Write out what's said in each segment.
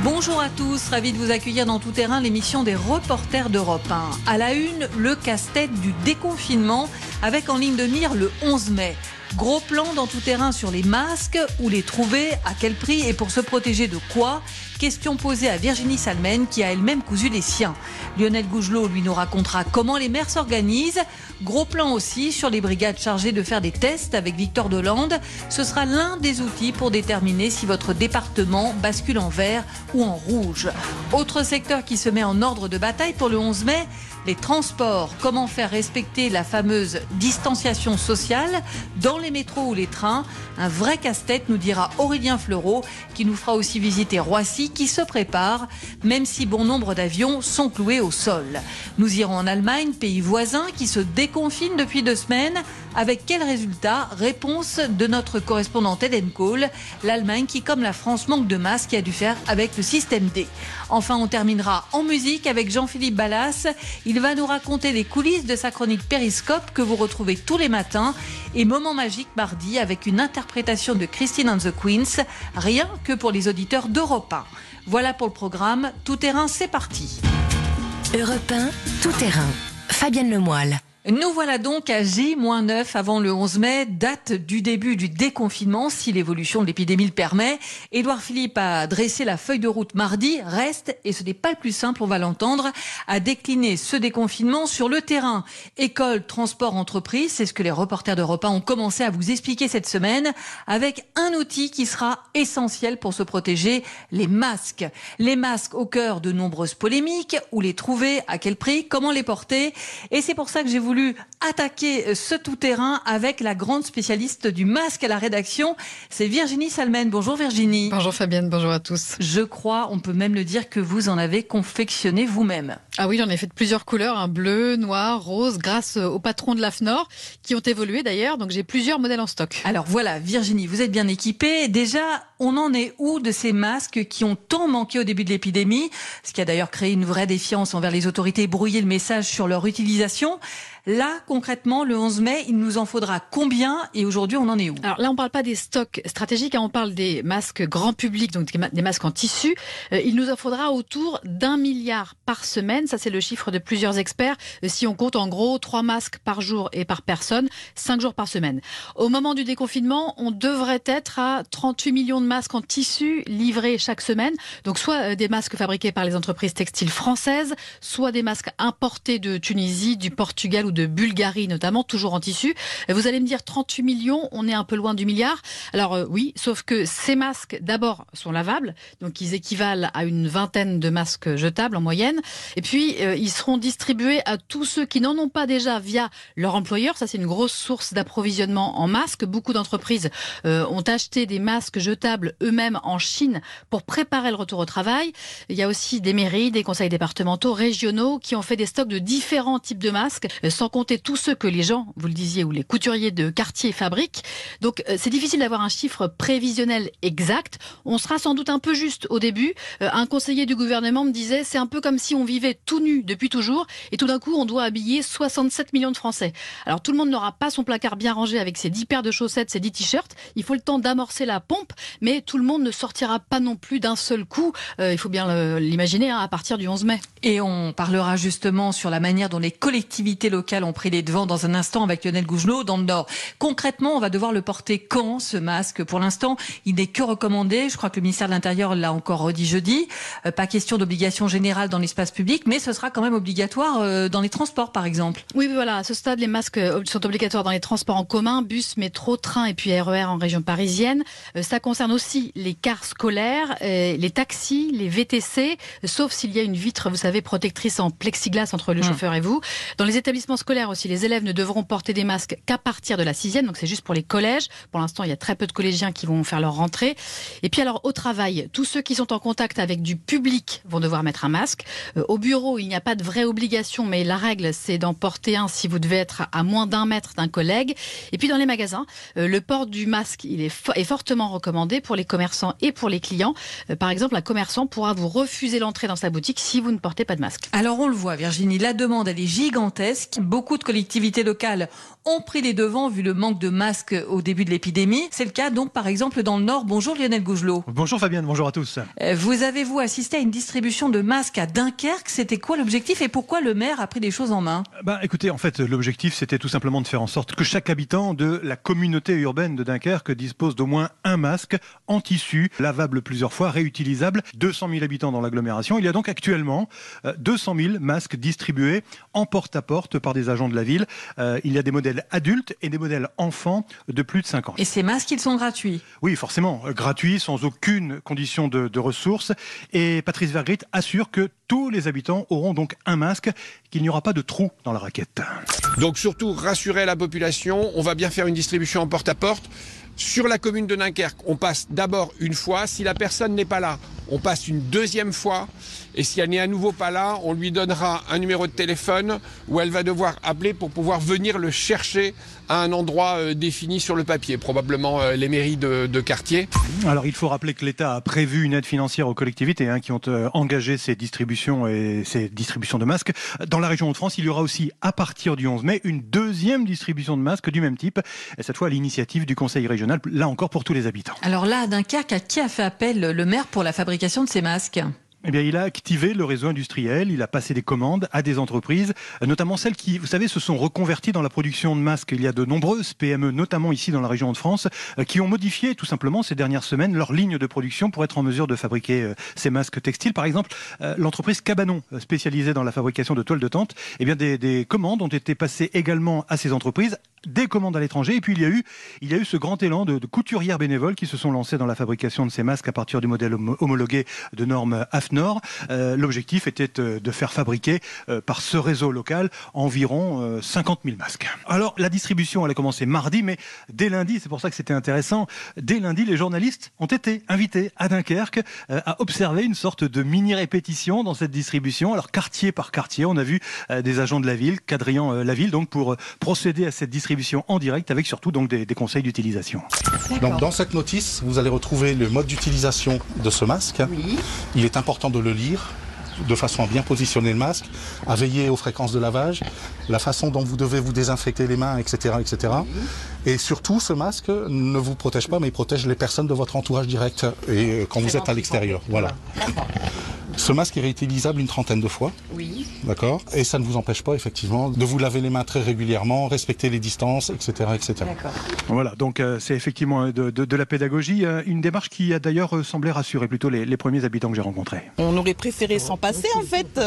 Bonjour à tous, ravi de vous accueillir dans Tout Terrain, l'émission des reporters d'Europe 1. À la une, le casse-tête du déconfinement avec en ligne de mire le 11 mai. Gros plan dans Tout Terrain sur les masques, où les trouver, à quel prix et pour se protéger de quoi? Question posée à Virginie Salmen qui a elle-même cousu les siens. Lionel Gougelot lui nous racontera comment les maires s'organisent. Gros plan aussi sur les brigades chargées de faire des tests avec Victor Delande. Ce sera l'un des outils pour déterminer si votre département bascule en vert ou en rouge. Autre secteur qui se met en ordre de bataille pour le 11 mai, les transports. Comment faire respecter la fameuse distanciation sociale dans les métros ou les trains? Un vrai casse-tête, nous dira Aurélien Fleureau, qui nous fera aussi visiter Roissy, qui se prépare, même si bon nombre d'avions sont cloués au sol. Nous irons en Allemagne, pays voisin, qui se déconfine depuis 2 semaines. Avec quel résultat? Réponse de notre correspondante Eden Cole. L'Allemagne qui, comme la France, manque de masques et a dû faire avec le système D. Enfin, on terminera en musique avec Jean-Philippe Ballas. Il va nous raconter les coulisses de sa chronique Périscope que vous retrouvez tous les matins. Et moment magique mardi avec une interprétation de Christine and the Queens, rien que pour les auditeurs d'Europe 1. Voilà pour le programme. Tout Terrain, c'est parti. Europe 1, Tout Terrain. Fabienne Lemoyle. Nous voilà donc à J-9 avant le 11 mai, date du début du déconfinement, si l'évolution de l'épidémie le permet. Édouard Philippe a dressé la feuille de route mardi, reste, et ce n'est pas le plus simple, on va l'entendre, à décliner ce déconfinement sur le terrain. École, transport, entreprise, c'est ce que les reporters d'Europe 1 ont commencé à vous expliquer cette semaine, avec un outil qui sera essentiel pour se protéger, les masques. Les masques au cœur de nombreuses polémiques, où les trouver, à quel prix, comment les porter, et c'est pour ça que j'ai voulu attaquer ce tout-terrain avec la grande spécialiste du masque à la rédaction, c'est Virginie Salmen. Bonjour Virginie. Bonjour Fabienne, bonjour à tous. Je crois, on peut même le dire, que vous en avez confectionné vous-même. Ah oui, j'en ai fait de plusieurs couleurs, bleu, noir, rose, grâce aux patrons de l'AFNOR, qui ont évolué d'ailleurs, donc j'ai plusieurs modèles en stock. Alors voilà, Virginie, vous êtes bien équipée. Déjà, on en est où de ces masques qui ont tant manqué au début de l'épidémie, ce qui a d'ailleurs créé une vraie défiance envers les autorités et brouillé le message sur leur utilisation? Là, concrètement, le 11 mai, il nous en faudra combien et aujourd'hui, on en est où? Alors là, on ne parle pas des stocks stratégiques, on parle des masques grand public, donc des masques en tissu. Il nous en faudra autour d'1 milliard par semaine. Ça, c'est le chiffre de plusieurs experts. Si on compte en gros 3 masques par jour et par personne, 5 jours par semaine. Au moment du déconfinement, on devrait être à 38 millions de masques en tissu livrés chaque semaine. Donc soit des masques fabriqués par les entreprises textiles françaises, soit des masques importés de Tunisie, du Portugal ou de Bulgarie notamment, toujours en tissu. Vous allez me dire 38 millions, on est un peu loin du milliard. Alors oui, sauf que ces masques d'abord sont lavables, donc ils équivalent à une vingtaine de masques jetables en moyenne. Et puis ils seront distribués à tous ceux qui n'en ont pas déjà via leur employeur. Ça, c'est une grosse source d'approvisionnement en masques. Beaucoup d'entreprises ont acheté des masques jetables eux-mêmes en Chine pour préparer le retour au travail. Il y a aussi des mairies, des conseils départementaux, régionaux qui ont fait des stocks de différents types de masques, sans compter tous ceux que les gens, vous le disiez, ou les couturiers de quartier fabriquent. Donc c'est difficile d'avoir un chiffre prévisionnel exact. On sera sans doute un peu juste au début. Un conseiller du gouvernement me disait, c'est un peu comme si on vivait tout nu depuis toujours et tout d'un coup on doit habiller 67 millions de Français. Alors tout le monde n'aura pas son placard bien rangé avec ses 10 paires de chaussettes, ses 10 t-shirts. Il faut le temps d'amorcer la pompe, mais tout le monde ne sortira pas non plus d'un seul coup. Il faut bien l'imaginer à partir du 11 mai. Et on parlera justement sur la manière dont les collectivités locales ont pris les devants dans un instant avec Lionel Gougelot dans le Nord. Concrètement, on va devoir le porter quand, ce masque? Pour l'instant, il n'est que recommandé. Je crois que le ministère de l'Intérieur l'a encore redit jeudi. Pas question d'obligation générale dans l'espace public, mais ce sera quand même obligatoire dans les transports, par exemple. Oui, voilà. À ce stade, les masques sont obligatoires dans les transports en commun, bus, métro, train et puis RER en région parisienne. Ça concerne aussi les cars scolaires, les taxis, les VTC, sauf s'il y a une vitre, vous savez, protectrice en plexiglas entre le chauffeur et vous. Dans les établissements scolaires aussi, les élèves ne devront porter des masques qu'à partir de la 6e, donc c'est juste pour les collèges. Pour l'instant, il y a très peu de collégiens qui vont faire leur rentrée. Et puis alors, au travail, tous ceux qui sont en contact avec du public vont devoir mettre un masque. Au bureau, il n'y a pas de vraie obligation, mais la règle, c'est d'en porter un si vous devez être à moins d'1 mètre d'un collègue. Et puis dans les magasins, le port du masque, il est fortement recommandé pour les commerçants et pour les clients. Par exemple, un commerçant pourra vous refuser l'entrée dans sa boutique si vous ne portez pas de masque. Alors on le voit, Virginie, la demande, elle est gigantesque. Beaucoup de collectivités locales ont pris les devants vu le manque de masques au début de l'épidémie. C'est le cas donc par exemple dans le Nord. Bonjour Lionel Gougelot. Bonjour Fabienne, bonjour à tous. Vous avez-vous assisté à une distribution de masques à Dunkerque? C'était quoi l'objectif et pourquoi le maire a pris les choses en main? Écoutez, en fait, l'objectif c'était tout simplement de faire en sorte que chaque habitant de la communauté urbaine de Dunkerque dispose d'au moins un masque en tissu, lavable plusieurs fois, réutilisable. 200 000 habitants dans l'agglomération. Il y a donc actuellement 200 000 masques distribués en porte-à-porte par des agents de la ville. Il y a des modèles adultes et des modèles enfants de plus de 5 ans. Et ces masques, ils sont gratuits? Oui, forcément, gratuits, sans aucune condition de ressources. Et Patrice Vergrit assure que tous les habitants auront donc un masque, qu'il n'y aura pas de trou dans la raquette. Donc surtout rassurer la population, on va bien faire une distribution en porte-à-porte. Sur la commune de Dunkerque, on passe d'abord une fois. Si la personne n'est pas là, on passe une deuxième fois. Et si elle n'est à nouveau pas là, on lui donnera un numéro de téléphone où elle va devoir appeler pour pouvoir venir le chercher à un endroit défini sur le papier, probablement les mairies de quartier. Alors il faut rappeler que l'État a prévu une aide financière aux collectivités qui ont engagé ces distributions de masques. Dans la région Hauts-de-France, il y aura aussi à partir du 11 mai une deuxième distribution de masques du même type, et cette fois à l'initiative du Conseil régional, là encore pour tous les habitants. Alors là, à Dunkerque, à qui a fait appel le maire pour la fabrication de ces masques? Eh bien, il a activé le réseau industriel, il a passé des commandes à des entreprises, notamment celles qui, vous savez, se sont reconverties dans la production de masques. Il y a de nombreuses PME, notamment ici dans la région de France, qui ont modifié tout simplement ces dernières semaines leur ligne de production pour être en mesure de fabriquer ces masques textiles. Par exemple, l'entreprise Cabanon, spécialisée dans la fabrication de toiles de tente, eh bien, des commandes ont été passées également à ces entreprises, des commandes à l'étranger. Et puis il y a eu ce grand élan de couturières bénévoles qui se sont lancées dans la fabrication de ces masques à partir du modèle homologué de normes AFNOR. L'objectif était de faire fabriquer par ce réseau local environ 50 000 masques. Alors la distribution elle a commencé mardi, mais dès lundi, c'est pour ça que c'était intéressant, dès lundi les journalistes ont été invités à Dunkerque à observer une sorte de mini-répétition dans cette distribution. Alors quartier par quartier, on a vu des agents de la ville quadrillant la ville donc pour procéder à cette distribution en direct avec surtout donc des conseils d'utilisation. Donc dans cette notice, vous allez retrouver le mode d'utilisation de ce masque. Oui. Il est important de le lire de façon à bien positionner le masque, à veiller aux fréquences de lavage, la façon dont vous devez vous désinfecter les mains, etc. etc. Oui. Et surtout, ce masque ne vous protège pas, mais il protège les personnes de votre entourage direct et quand vous êtes à l'extérieur. Voilà. Ce masque est réutilisable une 30aine de fois. Oui. D'accord. Et ça ne vous empêche pas, effectivement, de vous laver les mains très régulièrement, respecter les distances, etc. etc. D'accord. Voilà, donc c'est effectivement de la pédagogie. Une démarche qui a d'ailleurs semblé rassurer plutôt les premiers habitants que j'ai rencontrés. On aurait préféré s'en passer, en fait.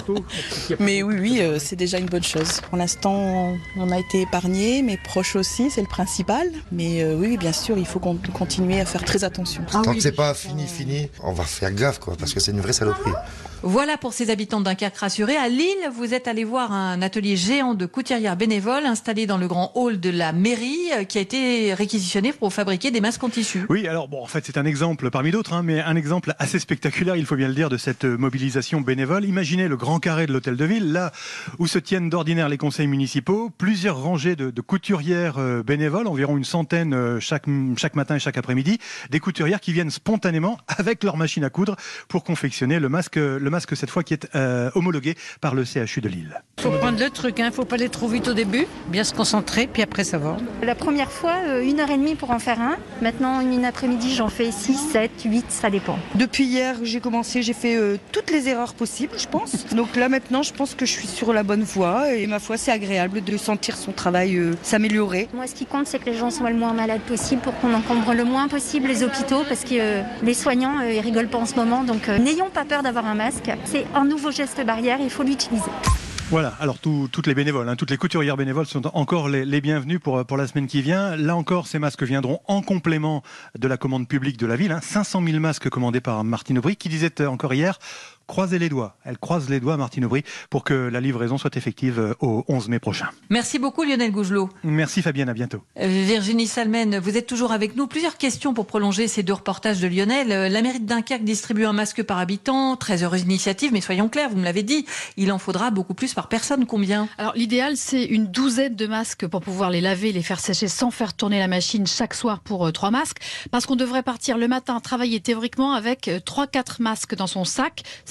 Mais oui, c'est déjà une bonne chose. Pour l'instant, on a été épargnés, mes proches aussi, c'est le principal. Mais oui, bien sûr, il faut continuer à faire très attention. Tant que c'est pas fini, on va faire gaffe, quoi, parce que c'est une vraie saloperie. Voilà pour ces habitants de Dunkerque rassurés. À Lille, vous êtes allé voir un atelier géant de couturières bénévoles installé dans le grand hall de la mairie qui a été réquisitionné pour fabriquer des masques en tissu. Oui, alors bon, en fait c'est un exemple parmi d'autres, mais un exemple assez spectaculaire, il faut bien le dire, de cette mobilisation bénévole. Imaginez le grand carré de l'hôtel de ville, là où se tiennent d'ordinaire les conseils municipaux, plusieurs rangées de couturières bénévoles, environ une centaine chaque matin et chaque après-midi, des couturières qui viennent spontanément avec leur machine à coudre pour confectionner le masque cette fois qui est homologué par le CHU de Lille. Il faut prendre le truc, faut pas aller trop vite au début, bien se concentrer, puis après ça va. La première fois, 1h30 pour en faire un. Maintenant, une après-midi, j'en fais 6, 7, 8, ça dépend. Depuis hier, j'ai commencé, j'ai fait toutes les erreurs possibles, je pense. Donc là, maintenant, je pense que je suis sur la bonne voie. Et ma foi, c'est agréable de sentir son travail s'améliorer. Moi, ce qui compte, c'est que les gens soient le moins malades possible pour qu'on encombre le moins possible les hôpitaux, parce que les soignants, ils rigolent pas en ce moment. Donc, n'ayons pas peur d'avoir un masque. C'est un nouveau geste barrière, il faut l'utiliser. Voilà, alors toutes les bénévoles, toutes les couturières bénévoles sont encore les bienvenues pour la semaine qui vient. Là encore, ces masques viendront en complément de la commande publique de la ville. 500 000 masques commandés par Martine Aubry, qui disait encore hier, croisez les doigts. Elle croise les doigts, Martine Aubry, pour que la livraison soit effective au 11 mai prochain. Merci beaucoup Lionel Gougelot. Merci Fabienne, à bientôt. Virginie Salmen, vous êtes toujours avec nous. Plusieurs questions pour prolonger ces deux reportages de Lionel. La mairie de Dunkerque distribue un masque par habitant, très heureuse initiative, mais soyons clairs, vous me l'avez dit, il en faudra beaucoup plus par personne. Combien ? Alors l'idéal, c'est une douzaine de masques pour pouvoir les laver, les faire sécher sans faire tourner la machine chaque soir pour 3 masques, parce qu'on devrait partir le matin travailler théoriquement avec 3-4 masques dans son sac. Ça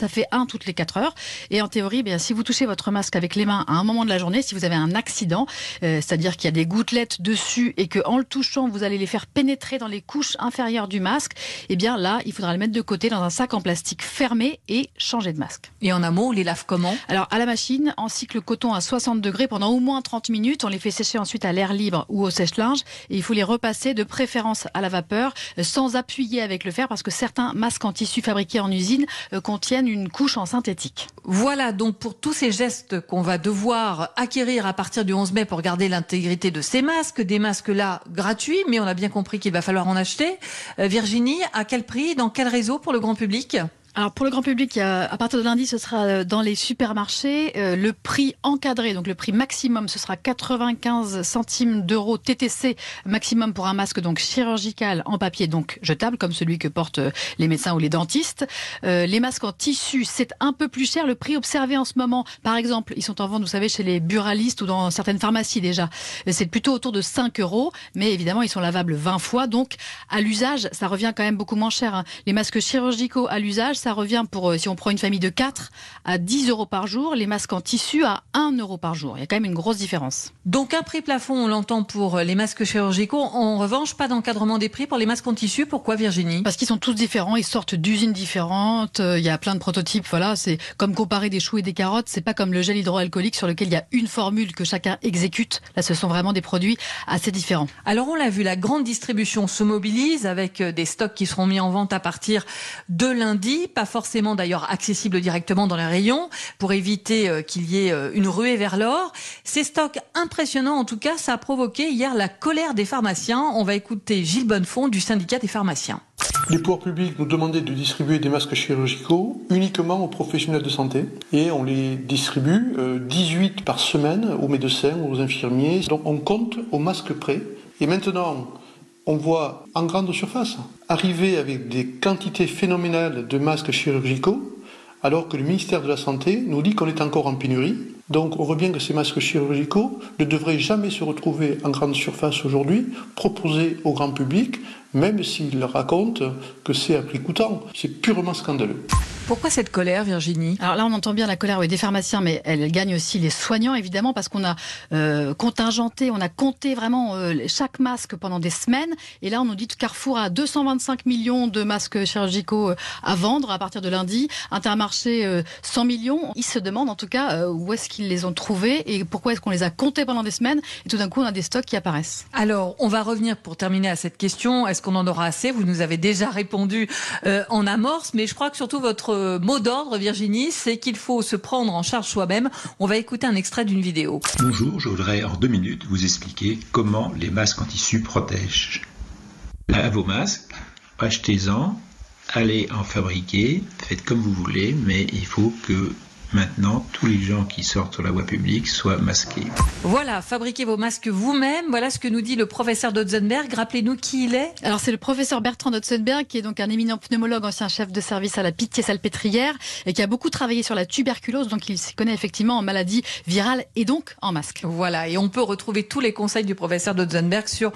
ça fait 1 toutes les 4 heures. Et en théorie, si vous touchez votre masque avec les mains à un moment de la journée, si vous avez un accident, c'est-à-dire qu'il y a des gouttelettes dessus et qu'en le touchant, vous allez les faire pénétrer dans les couches inférieures du masque, eh bien là, il faudra le mettre de côté dans un sac en plastique fermé et changer de masque. Et en amont, on les lave comment ? Alors à la machine, en cycle coton à 60 degrés pendant au moins 30 minutes. On les fait sécher ensuite à l'air libre ou au sèche-linge. Et il faut les repasser de préférence à la vapeur, sans appuyer avec le fer, parce que certains masques en tissu fabriqués en usine contiennent une couche en synthétique. Voilà donc pour tous ces gestes qu'on va devoir acquérir à partir du 11 mai pour garder l'intégrité de ces masques. Des masques là gratuits, mais on a bien compris qu'il va falloir en acheter. Virginie, à quel prix, dans quel réseau pour le grand public ? Alors pour le grand public, à partir de lundi, ce sera dans les supermarchés. Le prix encadré, donc le prix maximum, ce sera 95 centimes d'euros TTC maximum pour un masque donc chirurgical en papier, donc jetable, comme celui que portent les médecins ou les dentistes. Les masques en tissu, c'est un peu plus cher. Le prix observé en ce moment, par exemple, ils sont en vente, vous savez, chez les buralistes ou dans certaines pharmacies déjà. C'est plutôt autour de 5 euros, mais évidemment, ils sont lavables 20 fois. Donc à l'usage, ça revient quand même beaucoup moins cher. Les masques chirurgicaux à l'usage, ça revient pour, si on prend une famille de 4, à 10 euros par jour. Les masques en tissu à 1 euro par jour. Il y a quand même une grosse différence. Donc un prix plafond, on l'entend pour les masques chirurgicaux. En revanche, pas d'encadrement des prix pour les masques en tissu. Pourquoi, Virginie ? Parce qu'ils sont tous différents, ils sortent d'usines différentes. Il y a plein de prototypes. Voilà, c'est comme comparer des choux et des carottes. C'est pas comme le gel hydroalcoolique sur lequel il y a une formule que chacun exécute. Là, ce sont vraiment des produits assez différents. Alors on l'a vu, la grande distribution se mobilise avec des stocks qui seront mis en vente à partir de lundi. Pas forcément d'ailleurs accessible directement dans les rayons pour éviter qu'il y ait une ruée vers l'or. Ces stocks impressionnants, en tout cas, ça a provoqué hier la colère des pharmaciens. On va écouter Gilles Bonnefond du syndicat des pharmaciens. Les pouvoirs publics nous demandaient de distribuer des masques chirurgicaux uniquement aux professionnels de santé et on les distribue 18 par semaine aux médecins, aux infirmiers. Donc on compte aux masques près et maintenant on voit en grande surface arriver avec des quantités phénoménales de masques chirurgicaux alors que le ministère de la Santé nous dit qu'on est encore en pénurie. Donc on voit bien que ces masques chirurgicaux ne devraient jamais se retrouver en grande surface aujourd'hui, proposés au grand public, même s'ils racontent que c'est à prix coûtant. C'est purement scandaleux. Pourquoi cette colère, Virginie ? Alors là, on entend bien la colère des pharmaciens, mais elle gagne aussi les soignants, évidemment, parce qu'on a contingenté, on a compté vraiment chaque masque pendant des semaines. Et là, on nous dit que Carrefour a 225 millions de masques chirurgicaux à vendre à partir de lundi. Intermarché, 100 millions. Ils se demandent en tout cas où est-ce qu'ils les ont trouvés et pourquoi est-ce qu'on les a comptés pendant des semaines. Et tout d'un coup, on a des stocks qui apparaissent. Alors, on va revenir pour terminer à cette question. Est-ce qu'on en aura assez ? Vous nous avez déjà répondu en amorce, mais je crois que surtout votre mot d'ordre, Virginie, c'est qu'il faut se prendre en charge soi-même. On va écouter un extrait d'une vidéo. Bonjour, je voudrais en 2 minutes vous expliquer comment les masques en tissu protègent. Là, vos masques, achetez-en, allez en fabriquer, faites comme vous voulez, mais il faut que maintenant, tous les gens qui sortent sur la voie publique soient masqués. Voilà, fabriquez vos masques vous-même. Voilà ce que nous dit le professeur Dotzenberg. Rappelez-nous qui il est. Alors, c'est le professeur Bertrand Dotzenberg, qui est donc un éminent pneumologue, ancien chef de service à la Pitié-Salpêtrière, et qui a beaucoup travaillé sur la tuberculose, donc il s'y connaît effectivement en maladie virale et donc en masque. Voilà, et on peut retrouver tous les conseils du professeur Dotzenberg sur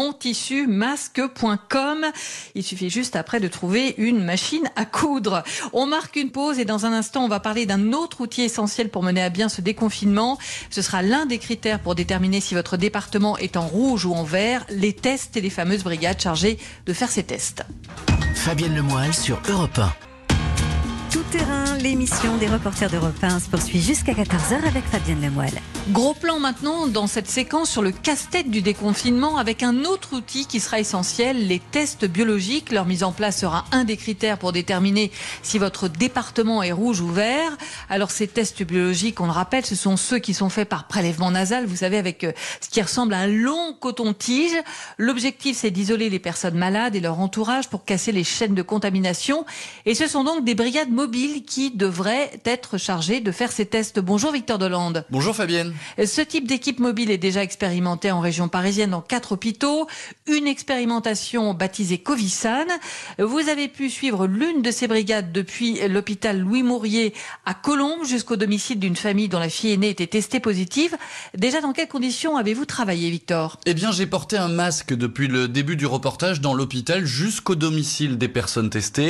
montissumasque.com. Il suffit juste après de trouver une machine à coudre. On marque une pause et dans un instant, on va parler d'un autre outil essentiel pour mener à bien ce déconfinement. Ce sera l'un des critères pour déterminer si votre département est en rouge ou en vert, les tests et les fameuses brigades chargées de faire ces tests. Fabienne Lemoyle sur Europe 1. Tout terrain, l'émission des reporters d'Europe 1 se poursuit jusqu'à 14h avec Fabienne Lemoyle. Gros plan maintenant dans cette séquence sur le casse-tête du déconfinement avec un autre outil qui sera essentiel, les tests biologiques. Leur mise en place sera un des critères pour déterminer si votre département est rouge ou vert. Alors ces tests biologiques, on le rappelle, ce sont ceux qui sont faits par prélèvement nasal, vous savez, avec ce qui ressemble à un long coton-tige. L'objectif, c'est d'isoler les personnes malades et leur entourage pour casser les chaînes de contamination. Et ce sont donc des brigades mobiles qui devraient être chargées de faire ces tests. Bonjour Victor Delande. Bonjour Fabienne. Ce type d'équipe mobile est déjà expérimenté en région parisienne dans 4 hôpitaux. Une expérimentation baptisée Covisan. Vous avez pu suivre l'une de ces brigades depuis l'hôpital Louis Mourier à Colombes jusqu'au domicile d'une famille dont la fille aînée était testée positive. Déjà, dans quelles conditions avez-vous travaillé, Victor ? Eh bien, j'ai porté un masque depuis le début du reportage dans l'hôpital jusqu'au domicile des personnes testées.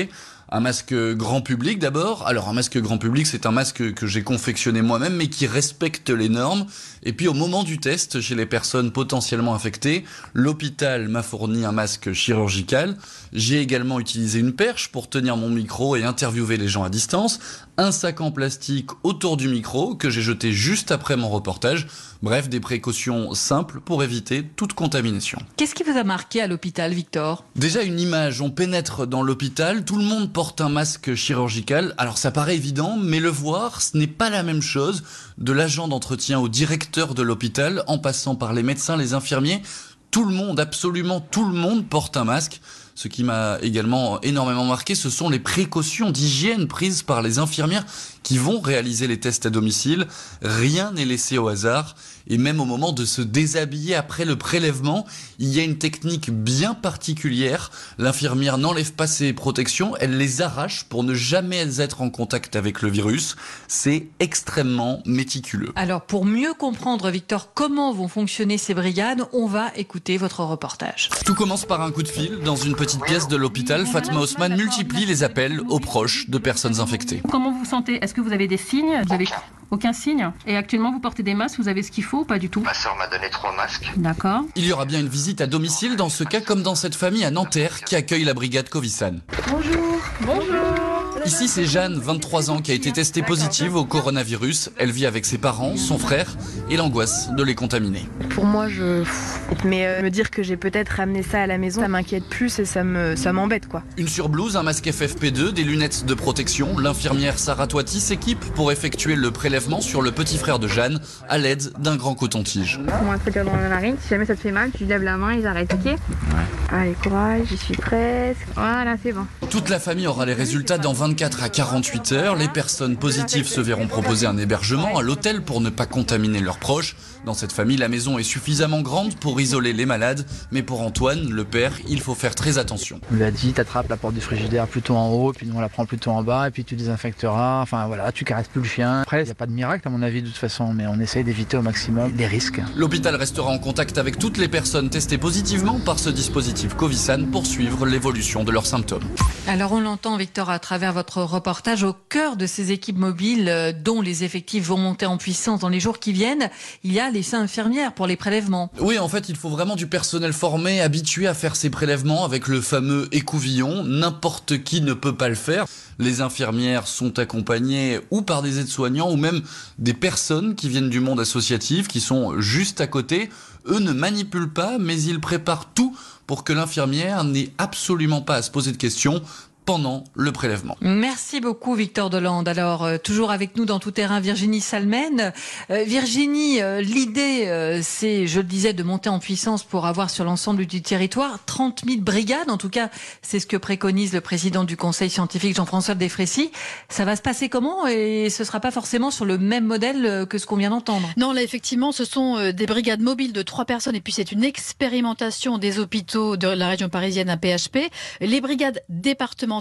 Un masque grand public d'abord. Alors un masque grand public, c'est un masque que j'ai confectionné moi-même mais qui respecte les normes. Et puis au moment du test, chez les personnes potentiellement infectées, l'hôpital m'a fourni un masque chirurgical. J'ai également utilisé une perche pour tenir mon micro et interviewer les gens à distance. Un sac en plastique autour du micro que j'ai jeté juste après mon reportage. Bref, des précautions simples pour éviter toute contamination. Qu'est-ce qui vous a marqué à l'hôpital, Victor ? Déjà une image, on pénètre dans l'hôpital, tout le monde porte un masque chirurgical. Alors ça paraît évident, mais le voir, ce n'est pas la même chose. De l'agent d'entretien au directeur de l'hôpital, en passant par les médecins, les infirmiers, tout le monde, absolument tout le monde porte un masque. Ce qui m'a également énormément marqué, ce sont les précautions d'hygiène prises par les infirmières qui vont réaliser les tests à domicile. Rien n'est laissé au hasard. Et même au moment de se déshabiller après le prélèvement, il y a une technique bien particulière. L'infirmière n'enlève pas ses protections, elle les arrache pour ne jamais être en contact avec le virus. C'est extrêmement méticuleux. Alors pour mieux comprendre, Victor, comment vont fonctionner ces brigades, on va écouter votre reportage. Tout commence par un coup de fil. Dans une petite pièce de l'hôpital, Fatma Osman multiplie les appels aux proches de personnes infectées. Comment vous vous sentez ? Est-ce que vous avez des signes ? Vous avez aucun signe ? Et actuellement, vous portez des masques, vous avez ce qu'il faut ou pas du tout ? Ma sœur m'a donné 3 masques. D'accord. Il y aura bien une visite à domicile dans ce cas comme dans cette famille à Nanterre qui accueille la brigade Covisan. Bonjour. Bonjour. Ici, c'est Jeanne, 23 ans, qui a été testée positive au coronavirus. Elle vit avec ses parents, son frère et l'angoisse de les contaminer. Pour moi, mais me dire que j'ai peut-être ramené ça à la maison, ça m'inquiète plus et ça m'embête, quoi. Une surblouse, un masque FFP2, des lunettes de protection. L'infirmière Sarah Toiti s'équipe pour effectuer le prélèvement sur le petit frère de Jeanne à l'aide d'un grand coton-tige. Comment te dire dans la narine, si jamais ça te fait mal, tu lèves la main et j'arrête, ok ? Ouais. Allez, courage, j'y suis presque. Voilà, c'est bon. Toute la famille aura les résultats dans 24 à 48 heures. Les personnes positives se verront proposer un hébergement à l'hôtel pour ne pas contaminer leurs proches. Dans cette famille, la maison est suffisamment grande pour isoler les malades. Mais pour Antoine, le père, il faut faire très attention. On lui a dit, t'attrapes la porte du frigidaire plutôt en haut, puis nous on la prend plutôt en bas, et puis tu désinfecteras. Enfin voilà, tu caresses plus le chien. Après, il n'y a pas de miracle à mon avis de toute façon, mais on essaye d'éviter au maximum les risques. L'hôpital restera en contact avec toutes les personnes testées positivement par ce dispositif Covisan pour suivre l'évolution de leurs symptômes. Alors on l'entend, Victor, à travers votre reportage, au cœur de ces équipes mobiles dont les effectifs vont monter en puissance dans les jours qui viennent, il y a les infirmières pour les prélèvements. Oui, en fait, il faut vraiment du personnel formé, habitué à faire ces prélèvements avec le fameux écouvillon. N'importe qui ne peut pas le faire. Les infirmières sont accompagnées ou par des aides-soignants ou même des personnes qui viennent du monde associatif, qui sont juste à côté. Eux ne manipulent pas, mais ils préparent tout pour que l'infirmière n'ait absolument pas à se poser de questions pendant le prélèvement. Merci beaucoup Victor Delande. Alors toujours avec nous dans Tout Terrain, Virginie Salmen. Virginie, l'idée c'est, je le disais, de monter en puissance pour avoir sur l'ensemble du territoire 30 000 brigades. En tout cas, c'est ce que préconise le président du conseil scientifique Jean-François Delfraissy. Ça va se passer comment? Et ce sera pas forcément sur le même modèle que ce qu'on vient d'entendre. Non, là effectivement, ce sont des brigades mobiles de 3 personnes et puis c'est une expérimentation des hôpitaux de la région parisienne à PHP. Les brigades départementales,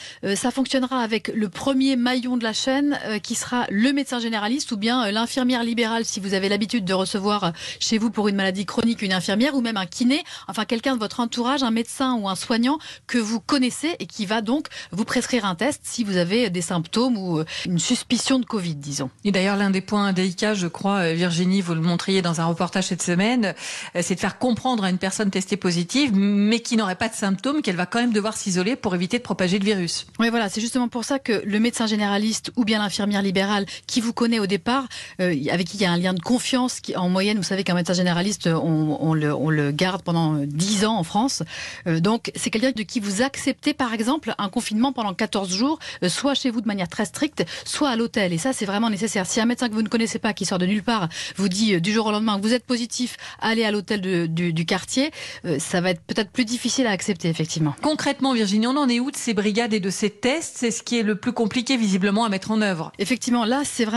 ça fonctionnera avec le premier maillon de la chaîne qui sera le médecin généraliste ou bien l'infirmière libérale si vous avez l'habitude de recevoir chez vous pour une maladie chronique une infirmière ou même un kiné, enfin quelqu'un de votre entourage, un médecin ou un soignant que vous connaissez et qui va donc vous prescrire un test si vous avez des symptômes ou une suspicion de Covid, disons. Et d'ailleurs, l'un des points délicats, je crois, Virginie, vous le montriez dans un reportage cette semaine, c'est de faire comprendre à une personne testée positive mais qui n'aurait pas de symptômes qu'elle va quand même devoir s'isoler pour éviter de propager le virus. Oui, voilà, c'est justement pour ça que le médecin généraliste ou bien l'infirmière libérale qui vous connaît au départ, avec qui il y a un lien de confiance, qui en moyenne, vous savez qu'un médecin généraliste, on le garde pendant 10 ans en France. Donc, c'est quelqu'un de qui vous acceptez, par exemple, un confinement pendant 14 jours, soit chez vous de manière très stricte, soit à l'hôtel. Et ça, c'est vraiment nécessaire. Si un médecin que vous ne connaissez pas, qui sort de nulle part, vous dit du jour au lendemain que vous êtes positif, allez à l'hôtel du quartier, ça va être peut-être plus difficile à accepter, effectivement. Concrètement, Virginie, on en est où de ces brigades et de ces tests? C'est ce qui est le plus compliqué visiblement à mettre en œuvre. Effectivement, là, c'est vraiment le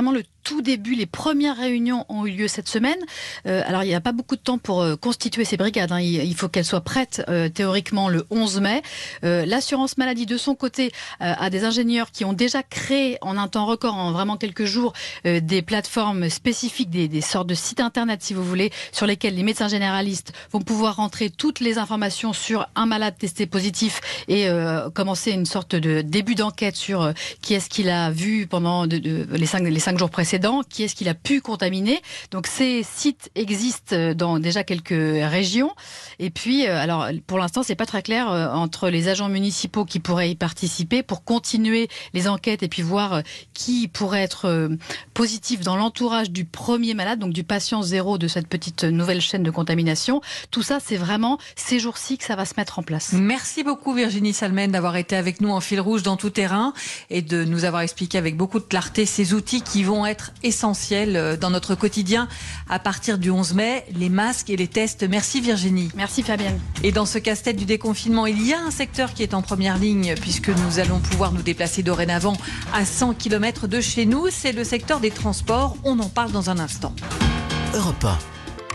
tout début, les premières réunions ont eu lieu cette semaine. Alors, il n'y a pas beaucoup de temps pour constituer ces brigades. Il faut qu'elles soient prêtes théoriquement le 11 mai. L'assurance maladie, de son côté, a des ingénieurs qui ont déjà créé en un temps record, en vraiment quelques jours, des plateformes spécifiques, des sortes de sites internet, si vous voulez, sur lesquels les médecins généralistes vont pouvoir rentrer toutes les informations sur un malade testé positif et commencer une sorte de début d'enquête sur qui est-ce qu'il a vu pendant les 5 jours précédents, qui est-ce qu'il a pu contaminer. Donc ces sites existent dans déjà quelques régions. Et puis, alors pour l'instant, c'est pas très clair entre les agents municipaux qui pourraient y participer pour continuer les enquêtes et puis voir qui pourrait être positif dans l'entourage du premier malade, donc du patient zéro de cette petite nouvelle chaîne de contamination. Tout ça, c'est vraiment ces jours-ci que ça va se mettre en place. Merci beaucoup Virginie Salmen d'avoir été avec nous en fil rouge dans Tout Terrain et de nous avoir expliqué avec beaucoup de clarté ces outils qui vont être essentiels dans notre quotidien à partir du 11 mai, les masques et les tests. Merci Virginie. Merci Fabienne. Et dans ce casse-tête du déconfinement, il y a un secteur qui est en première ligne puisque nous allons pouvoir nous déplacer dorénavant à 100 km de chez nous. C'est le secteur des transports. On en parle dans un instant. Europe 1.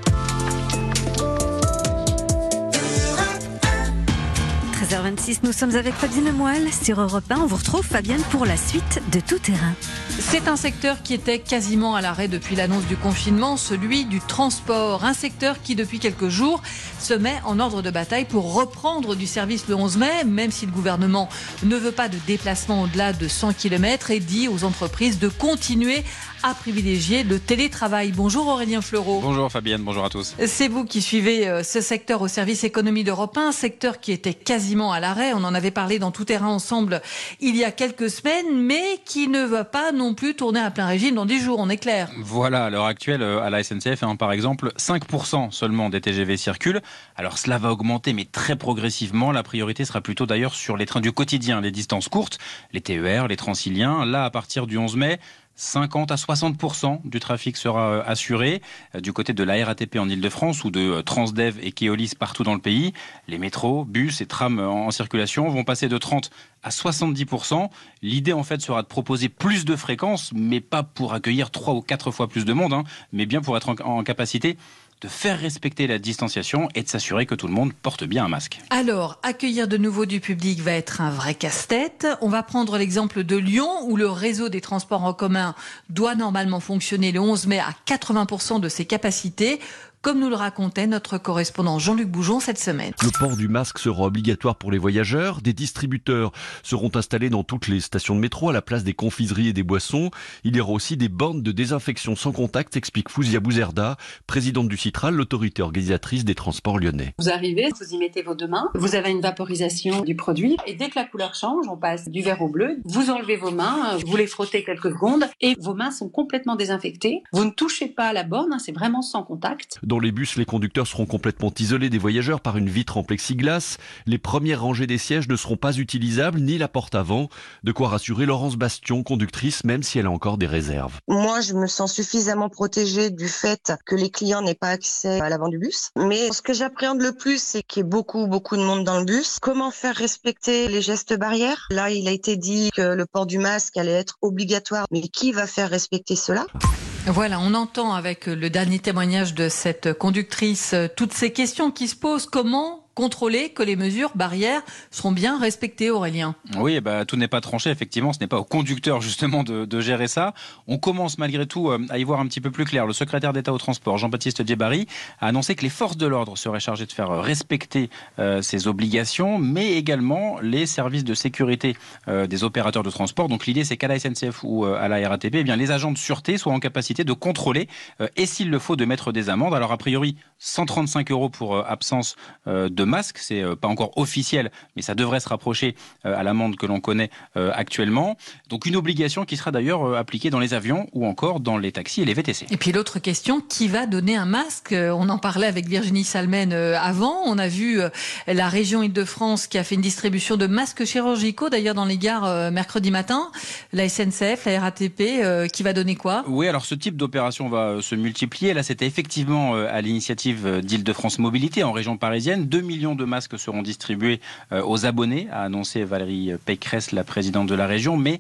13h26, nous sommes avec Fabienne Lemoyle sur Europe 1. On vous retrouve, Fabienne, pour la suite de Tout Terrain. C'est un secteur qui était quasiment à l'arrêt depuis l'annonce du confinement, celui du transport. Un secteur qui, depuis quelques jours, se met en ordre de bataille pour reprendre du service le 11 mai, même si le gouvernement ne veut pas de déplacement au-delà de 100 km et dit aux entreprises de continuer à privilégier le télétravail. Bonjour Aurélien Fleureau. Bonjour Fabienne, bonjour à tous. C'est vous qui suivez ce secteur au service économie d'Europe 1, un secteur qui était quasiment à l'arrêt. On en avait parlé dans Tout Terrain ensemble il y a quelques semaines, mais qui ne va pas non plus tourner à plein régime dans 10 jours, on est clair. Voilà, à l'heure actuelle, à la SNCF, par exemple, 5% seulement des TGV circulent. Alors cela va augmenter, mais très progressivement. La priorité sera plutôt d'ailleurs sur les trains du quotidien, les distances courtes, les TER, les Transiliens. Là, à partir du 11 mai, 50 à 60% du trafic sera assuré. Du côté de la RATP en Ile-de-France ou de Transdev et Keolis partout dans le pays, les métros, bus et trams en circulation vont passer de 30 à 70%. L'idée en fait sera de proposer plus de fréquences, mais pas pour accueillir 3 ou 4 fois plus de monde, mais bien pour être en capacité de faire respecter la distanciation et de s'assurer que tout le monde porte bien un masque. Alors, accueillir de nouveau du public va être un vrai casse-tête. On va prendre l'exemple de Lyon, où le réseau des transports en commun doit normalement fonctionner le 11 mai à 80% de ses capacités, comme nous le racontait notre correspondant Jean-Luc Boujon cette semaine. Le port du masque sera obligatoire pour les voyageurs. Des distributeurs seront installés dans toutes les stations de métro à la place des confiseries et des boissons. Il y aura aussi des bornes de désinfection sans contact, explique Fouzia Bouzerda, présidente du Citral, l'autorité organisatrice des transports lyonnais. Vous arrivez, vous y mettez vos deux mains, vous avez une vaporisation du produit et dès que la couleur change, on passe du vert au bleu. Vous enlevez vos mains, vous les frottez quelques secondes et vos mains sont complètement désinfectées. Vous ne touchez pas à la borne, c'est vraiment sans contact. Dans les bus, les conducteurs seront complètement isolés des voyageurs par une vitre en plexiglas. Les premières rangées des sièges ne seront pas utilisables, ni la porte avant. De quoi rassurer Laurence Bastion, conductrice, même si elle a encore des réserves. Moi, je me sens suffisamment protégée du fait que les clients n'aient pas accès à l'avant du bus. Mais ce que j'appréhende le plus, c'est qu'il y ait beaucoup de monde dans le bus. Comment faire respecter les gestes barrières ? Là, il a été dit que le port du masque allait être obligatoire. Mais qui va faire respecter cela ? Voilà, on entend avec le dernier témoignage de cette conductrice toutes ces questions qui se posent. Comment contrôler que les mesures barrières seront bien respectées, Aurélien? Oui, tout n'est pas tranché, effectivement, ce n'est pas au conducteur justement de gérer ça. On commence malgré tout à y voir un petit peu plus clair. Le secrétaire d'État au transport, Jean-Baptiste Djebari, a annoncé que les forces de l'ordre seraient chargées de faire respecter ces obligations, mais également les services de sécurité des opérateurs de transport. Donc l'idée, c'est qu'à la SNCF ou à la RATP, les agents de sûreté soient en capacité de contrôler et s'il le faut, de mettre des amendes. Alors a priori, 135 € pour absence de masque, c'est pas encore officiel, mais ça devrait se rapprocher à l'amende que l'on connaît actuellement. Donc une obligation qui sera d'ailleurs appliquée dans les avions ou encore dans les taxis et les VTC. Et puis l'autre question, qui va donner un masque? On en parlait avec Virginie Salmen avant. On a vu la région Île-de-France qui a fait une distribution de masques chirurgicaux d'ailleurs dans les gares mercredi matin. La SNCF, la RATP, qui va donner quoi? Oui, alors ce type d'opération va se multiplier. Là, c'était effectivement à l'initiative d'Île-de-France Mobilité en région parisienne. 2 millions de masques seront distribués aux abonnés, a annoncé Valérie Pécresse, la présidente de la région, mais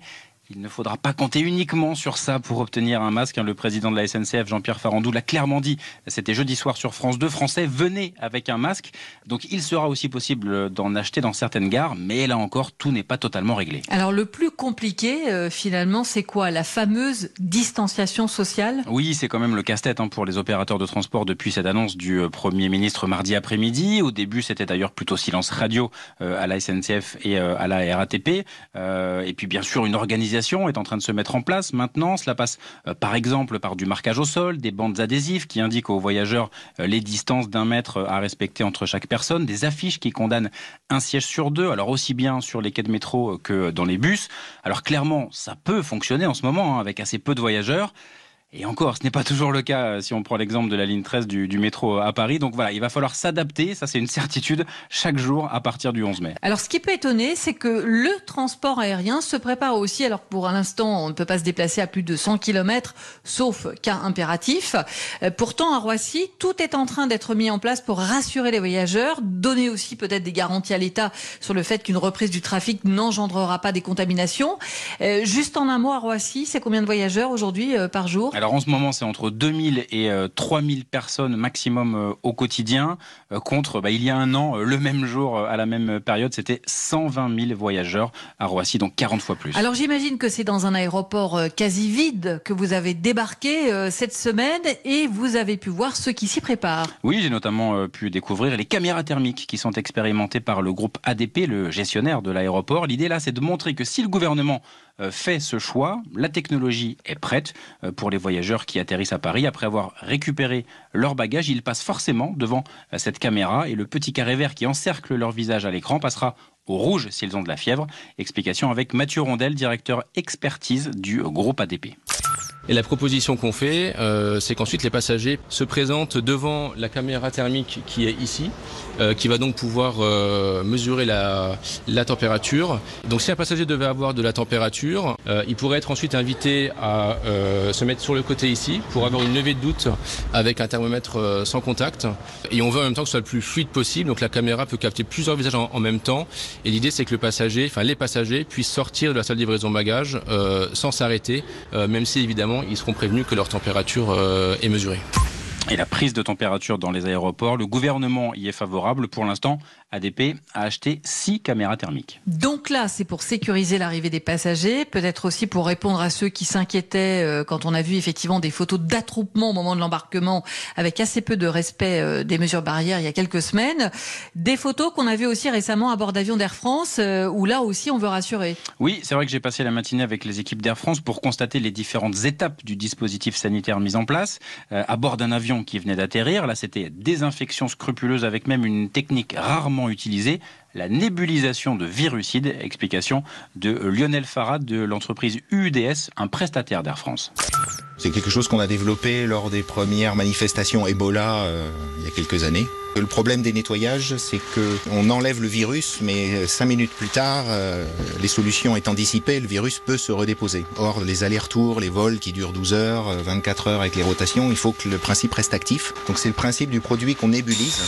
Il ne faudra pas compter uniquement sur ça pour obtenir un masque. Le président de la SNCF, Jean-Pierre Farandou, l'a clairement dit. C'était jeudi soir sur France 2. Français, venez avec un masque. Donc il sera aussi possible d'en acheter dans certaines gares. Mais là encore, tout n'est pas totalement réglé. Alors le plus compliqué, finalement, c'est quoi? La fameuse distanciation sociale? Oui, c'est quand même le casse-tête pour les opérateurs de transport depuis cette annonce du Premier ministre mardi après-midi. Au début, c'était d'ailleurs plutôt silence radio à la SNCF et à la RATP. Et puis bien sûr, une organisation est en train de se mettre en place maintenant. Cela passe par exemple par du marquage au sol, des bandes adhésives qui indiquent aux voyageurs les distances d'1 mètre à respecter entre chaque personne, des affiches qui condamnent un siège sur 2, alors aussi bien sur les quais de métro que dans les bus. Alors clairement, ça peut fonctionner en ce moment avec assez peu de voyageurs. Et encore, ce n'est pas toujours le cas si on prend l'exemple de la ligne 13 du métro à Paris. Donc voilà, il va falloir s'adapter, ça c'est une certitude, chaque jour à partir du 11 mai. Alors ce qui peut étonner, c'est que le transport aérien se prépare aussi. Alors pour l'instant, on ne peut pas se déplacer à plus de 100 km, sauf cas impératif. Pourtant, à Roissy, tout est en train d'être mis en place pour rassurer les voyageurs, donner aussi peut-être des garanties à l'État sur le fait qu'une reprise du trafic n'engendrera pas des contaminations. Juste en un mot, à Roissy, c'est combien de voyageurs aujourd'hui par jour ? Alors en ce moment, c'est entre 2000 et 3000 personnes maximum au quotidien, contre il y a un an, le même jour, à la même période, c'était 120 000 voyageurs à Roissy, donc 40 fois plus. Alors j'imagine que c'est dans un aéroport quasi vide que vous avez débarqué cette semaine et vous avez pu voir ceux qui s'y préparent. Oui, j'ai notamment pu découvrir les caméras thermiques qui sont expérimentées par le groupe ADP, le gestionnaire de l'aéroport. L'idée là, c'est de montrer que si le gouvernement fait ce choix, la technologie est prête pour les voyageurs qui atterrissent à Paris. Après avoir récupéré leur bagage, ils passent forcément devant cette caméra et le petit carré vert qui encercle leur visage à l'écran passera au rouge s'ils ont de la fièvre. Explication avec Mathieu Rondel, directeur expertise du groupe ADP. Et la proposition qu'on fait, c'est qu'ensuite les passagers se présentent devant la caméra thermique qui est ici, qui va donc pouvoir mesurer la température. Donc si un passager devait avoir de la température, il pourrait être ensuite invité à se mettre sur le côté ici pour avoir une levée de doute avec un thermomètre sans contact. Et on veut en même temps que ce soit le plus fluide possible, donc la caméra peut capter plusieurs visages en même temps. Et l'idée c'est que les passagers puissent sortir de la salle de livraison de bagages sans s'arrêter, même si évidemment ils seront prévenus que leur température est mesurée. Et la prise de température dans les aéroports, le gouvernement y est favorable. Pour l'instant, ADP a acheté 6 caméras thermiques. Donc là, c'est pour sécuriser l'arrivée des passagers, peut-être aussi pour répondre à ceux qui s'inquiétaient quand on a vu effectivement des photos d'attroupement au moment de l'embarquement avec assez peu de respect des mesures barrières il y a quelques semaines. Des photos qu'on a vues aussi récemment à bord d'avions d'Air France, où là aussi on veut rassurer. Oui, c'est vrai que j'ai passé la matinée avec les équipes d'Air France pour constater les différentes étapes du dispositif sanitaire mis en place. À bord d'un avion qui venait d'atterrir, là c'était désinfection scrupuleuse avec même une technique rarement utilisée, la nébulisation de virucides. Explication de Lionel Farad de l'entreprise UDS, un prestataire d'Air France. C'est quelque chose qu'on a développé lors des premières manifestations Ebola il y a quelques années. Le problème des nettoyages, c'est qu'on enlève le virus, mais 5 minutes plus tard, les solutions étant dissipées, le virus peut se redéposer. Or, les allers-retours, les vols qui durent 12 heures, 24 heures avec les rotations, il faut que le principe reste actif. Donc c'est le principe du produit qu'on nébulise.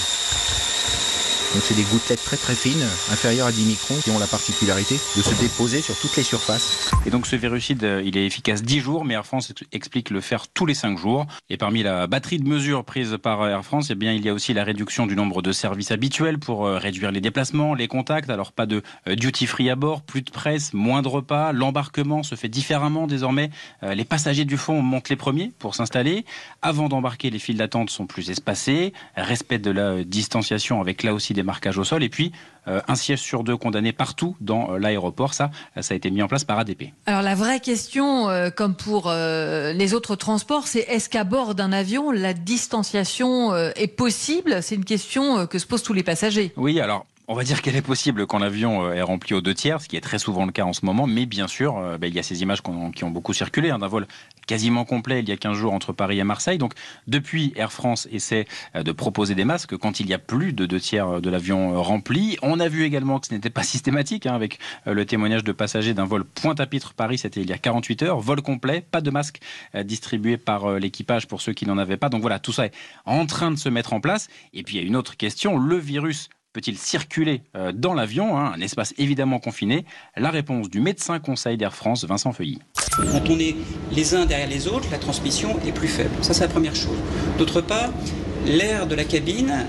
Donc c'est des gouttelettes très très fines, inférieures à 10 microns, qui ont la particularité de se déposer sur toutes les surfaces. Et donc ce virucide, il est efficace 10 jours, mais Air France explique le faire tous les 5 jours. Et parmi la batterie de mesures prises par Air France, eh bien, il y a aussi la réduction du nombre de services habituels pour réduire les déplacements, les contacts. Alors pas de duty free à bord, plus de presse, moins de repas. L'embarquement se fait différemment désormais. Les passagers du fond montent les premiers pour s'installer. Avant d'embarquer, les files d'attente sont plus espacées. Respect de la distanciation avec là aussi des marquages au sol. Et puis un siège sur 2 condamné partout dans l'aéroport. Ça a été mis en place par ADP. Alors la vraie question, comme pour les autres transports, c'est est-ce qu'à bord d'un avion, la distanciation est possible? C'est une question que se posent tous les passagers. Oui, alors on va dire qu'elle est possible quand l'avion est rempli aux 2 tiers, ce qui est très souvent le cas en ce moment. Mais bien sûr, il y a ces images qui ont beaucoup circulé, d'un vol quasiment complet il y a 15 jours entre Paris et Marseille. Donc depuis, Air France essaie de proposer des masques quand il y a plus de 2 tiers de l'avion rempli. On a vu également que ce n'était pas systématique, avec le témoignage de passagers d'un vol Pointe-à-Pitre Paris, c'était il y a 48 heures. Vol complet, pas de masque distribué par l'équipage pour ceux qui n'en avaient pas. Donc voilà, tout ça est en train de se mettre en place. Et puis il y a une autre question, le virus peut-il circuler dans l'avion, un espace évidemment confiné? La réponse du médecin conseil d'Air France, Vincent Feuilly. Quand on est les uns derrière les autres, la transmission est plus faible. Ça, c'est la première chose. D'autre part, l'air de la cabine,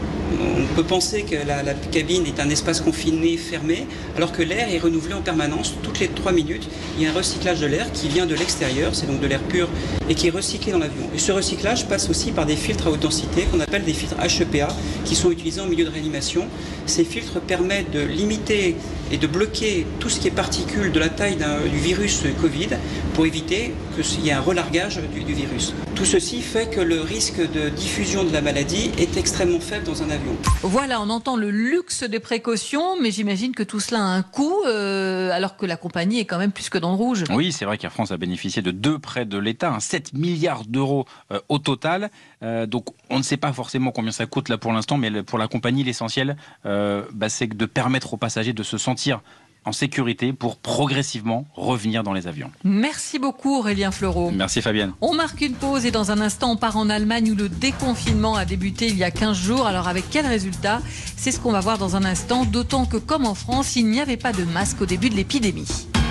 on peut penser que la cabine est un espace confiné, fermé, alors que l'air est renouvelé en permanence. Toutes les 3 minutes, il y a un recyclage de l'air qui vient de l'extérieur, c'est donc de l'air pur, et qui est recyclé dans l'avion. Et ce recyclage passe aussi par des filtres à haute densité, qu'on appelle des filtres HEPA, qui sont utilisés en milieu de réanimation. Ces filtres permettent de limiter et de bloquer tout ce qui est particules de la taille du virus Covid, pour éviter qu'il y ait un relargage du virus. Tout ceci fait que le risque de diffusion de la maladie est extrêmement faible dans un avion. Voilà, on entend le luxe des précautions, mais j'imagine que tout cela a un coût, alors que la compagnie est quand même plus que dans le rouge. Oui, c'est vrai qu'Air France a bénéficié de 2 prêts de l'État, 7 milliards d'euros au total. Donc on ne sait pas forcément combien ça coûte là pour l'instant, mais pour la compagnie, l'essentiel, c'est de permettre aux passagers de se sentir en sécurité pour progressivement revenir dans les avions. Merci beaucoup Aurélien Fleureau. Merci Fabienne. On marque une pause et dans un instant on part en Allemagne où le déconfinement a débuté il y a 15 jours. Alors avec quel résultat? C'est ce qu'on va voir dans un instant, d'autant que comme en France, il n'y avait pas de masque au début de l'épidémie.